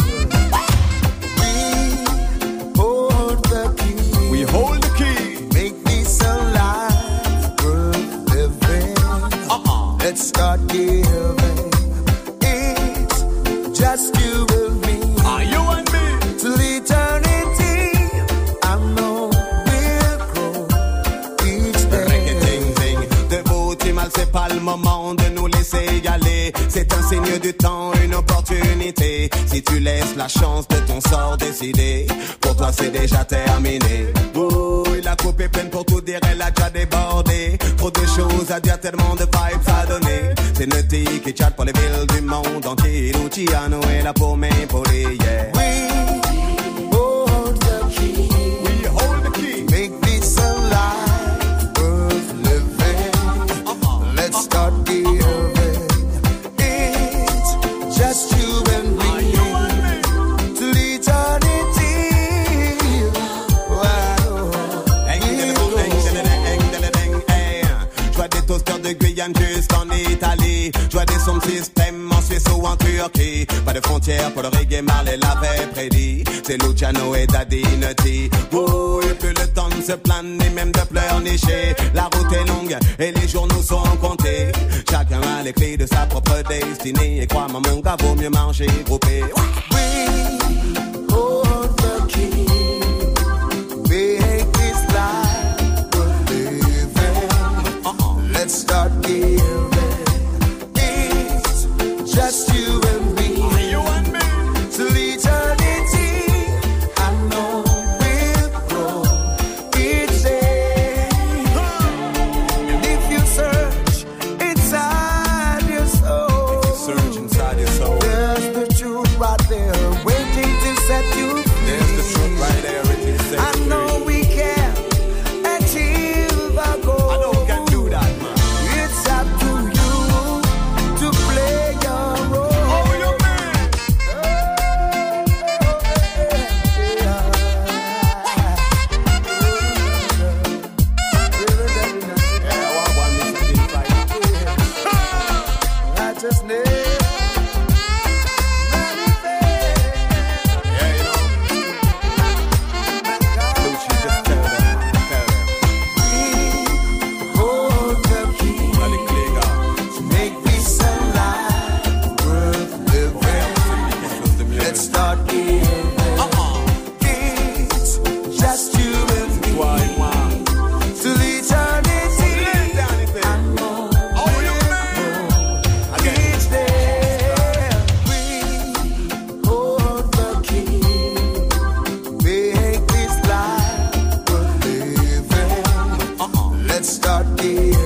We hold the key. Make this a life worth living. Let's start giving. It's just you and me. You and me. Till eternity, I know we'll grow each day. De mal, c'est pas le moment de nous laisser y aller. C'est un signe du temps, une opportunité. Si tu laisses la chance de ton sort décider, pour toi c'est déjà terminé. Oui, la coupe est pleine pour tout dire, elle a déjà débordé. Trop de choses à dire, tellement de vibes à donner. C'est Nutty qui chatte pour les villes du monde entier. Luciano est là pour m'épauler, yeah. We hold the key. We hold the key. Make this a life worth living. Let's start giving. It's just you and me. Till eternity. Wow. Je vois des toasters de Guyane jusqu'en Italie. Je vois des sons de système en Suisse ou en Turquie. Pas de frontières pour le reggae, Marley l'avait prédit. C'est Luciano et Daddy Nutty. Oh, et plus le temps de se plaindre ni même de pleurnicher. La route est longue et les jours nous sont comptés. Chacun a les clés de sa propre destinée. Et crois-moi mon gars, vaut mieux marcher groupé. We hold the key. Make this life worth living. Let's start giving. It's just you and me. Till eternity, I know we'll grow each day. And if you search inside your soul, there's the truth right there waiting to set you free. There's the truth right there waiting to set you I free. know we can achieve our goal. I know we can do that, man. It's up to you to play your role. Oh, you man. Righteousness. Hold the key. Make this a life worth living. Let's start giving. It's just you and me. Till eternity, I know each day. We hold the key. Make this life worth living. Let's start giving.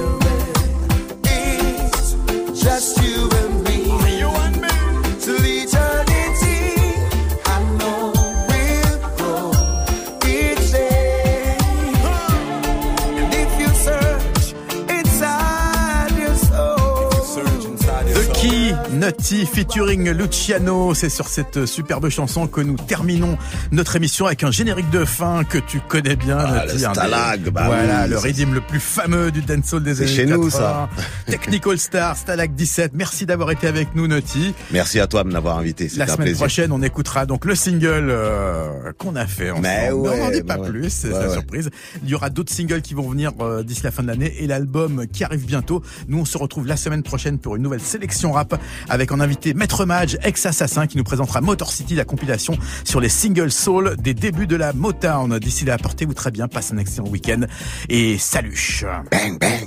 It's just you and me. Till eternity, I know we'll grow each day. And if you search inside your soul, The Key, Nutty, featuring Luciano. C'est sur cette superbe chanson que nous terminons notre émission avec un générique de fin que tu connais bien, Nutty. Le Stalag, voilà, oui, le ça, rythme le plus fameux du dancehall des années chez 80. nous, ça. Technical Star, Stalag 17. Merci d'avoir été avec nous, Nutty. Merci à toi de m'avoir invité, c'était La un semaine plaisir. prochaine, on écoutera donc le single qu'on a fait ensemble. Mais ouais, on n'en dit bah pas ouais. plus, c'est Ouais, sa ouais. surprise. Il y aura d'autres singles qui vont venir d'ici la fin de l'année et l'album qui arrive bientôt. Nous, on se retrouve la semaine prochaine pour une nouvelle sélection rap avec en invité Maître Madge, ex-assassin, qui nous présentera Motor City, la compilation sur les singles soul des débuts de la Motown. D'ici là, portez-vous très bien, passez un excellent week-end et salut. Bang, bang.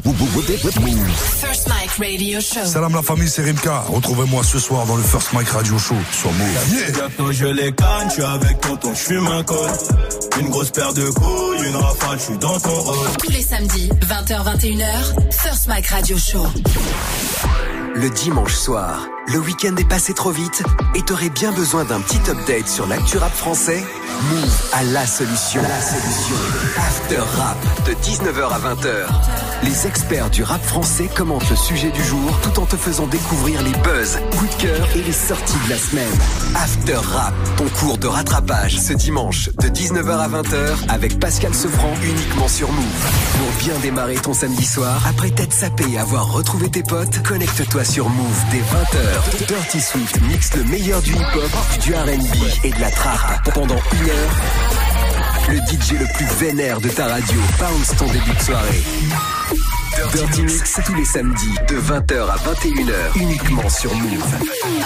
First Mike Radio Show. Salam la famille, c'est Rimka. Retrouvez-moi ce soir dans le First Mike Radio Show sur Move. Bientôt je les canne, je suis avec tonton, je fume un col. Une grosse paire de couilles, une rafale, je suis dans ton rôle. Tous les samedis, 20h-21h, First Mike Radio Show. le dimanche soir. Le week-end est passé trop vite et t'aurais bien besoin d'un petit update sur l'actu rap français? Move a la solution. After Rap, de 19h à 20h. Les experts du rap français commentent le sujet du jour tout en te faisant découvrir les buzz, coups de cœur et les sorties de la semaine. After Rap, ton cours de rattrapage ce dimanche de 19h à 20h avec Pascal Sefranc uniquement sur Move. Pour bien démarrer ton samedi soir, après t'être sapé et avoir retrouvé tes potes, connecte-toi sur Move dès 20h. Dirty Swift mixe le meilleur du hip-hop, du R&B et de la trap. Pendant une heure, le DJ le plus vénère de ta radio bounce ton début de soirée. Dirty Mix tous les samedis de 20h à 21h uniquement sur Move.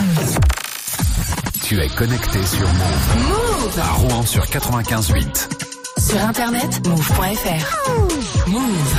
Tu es connecté sur Move. Move à Rouen sur 95.8. Sur internet, move.fr. Move.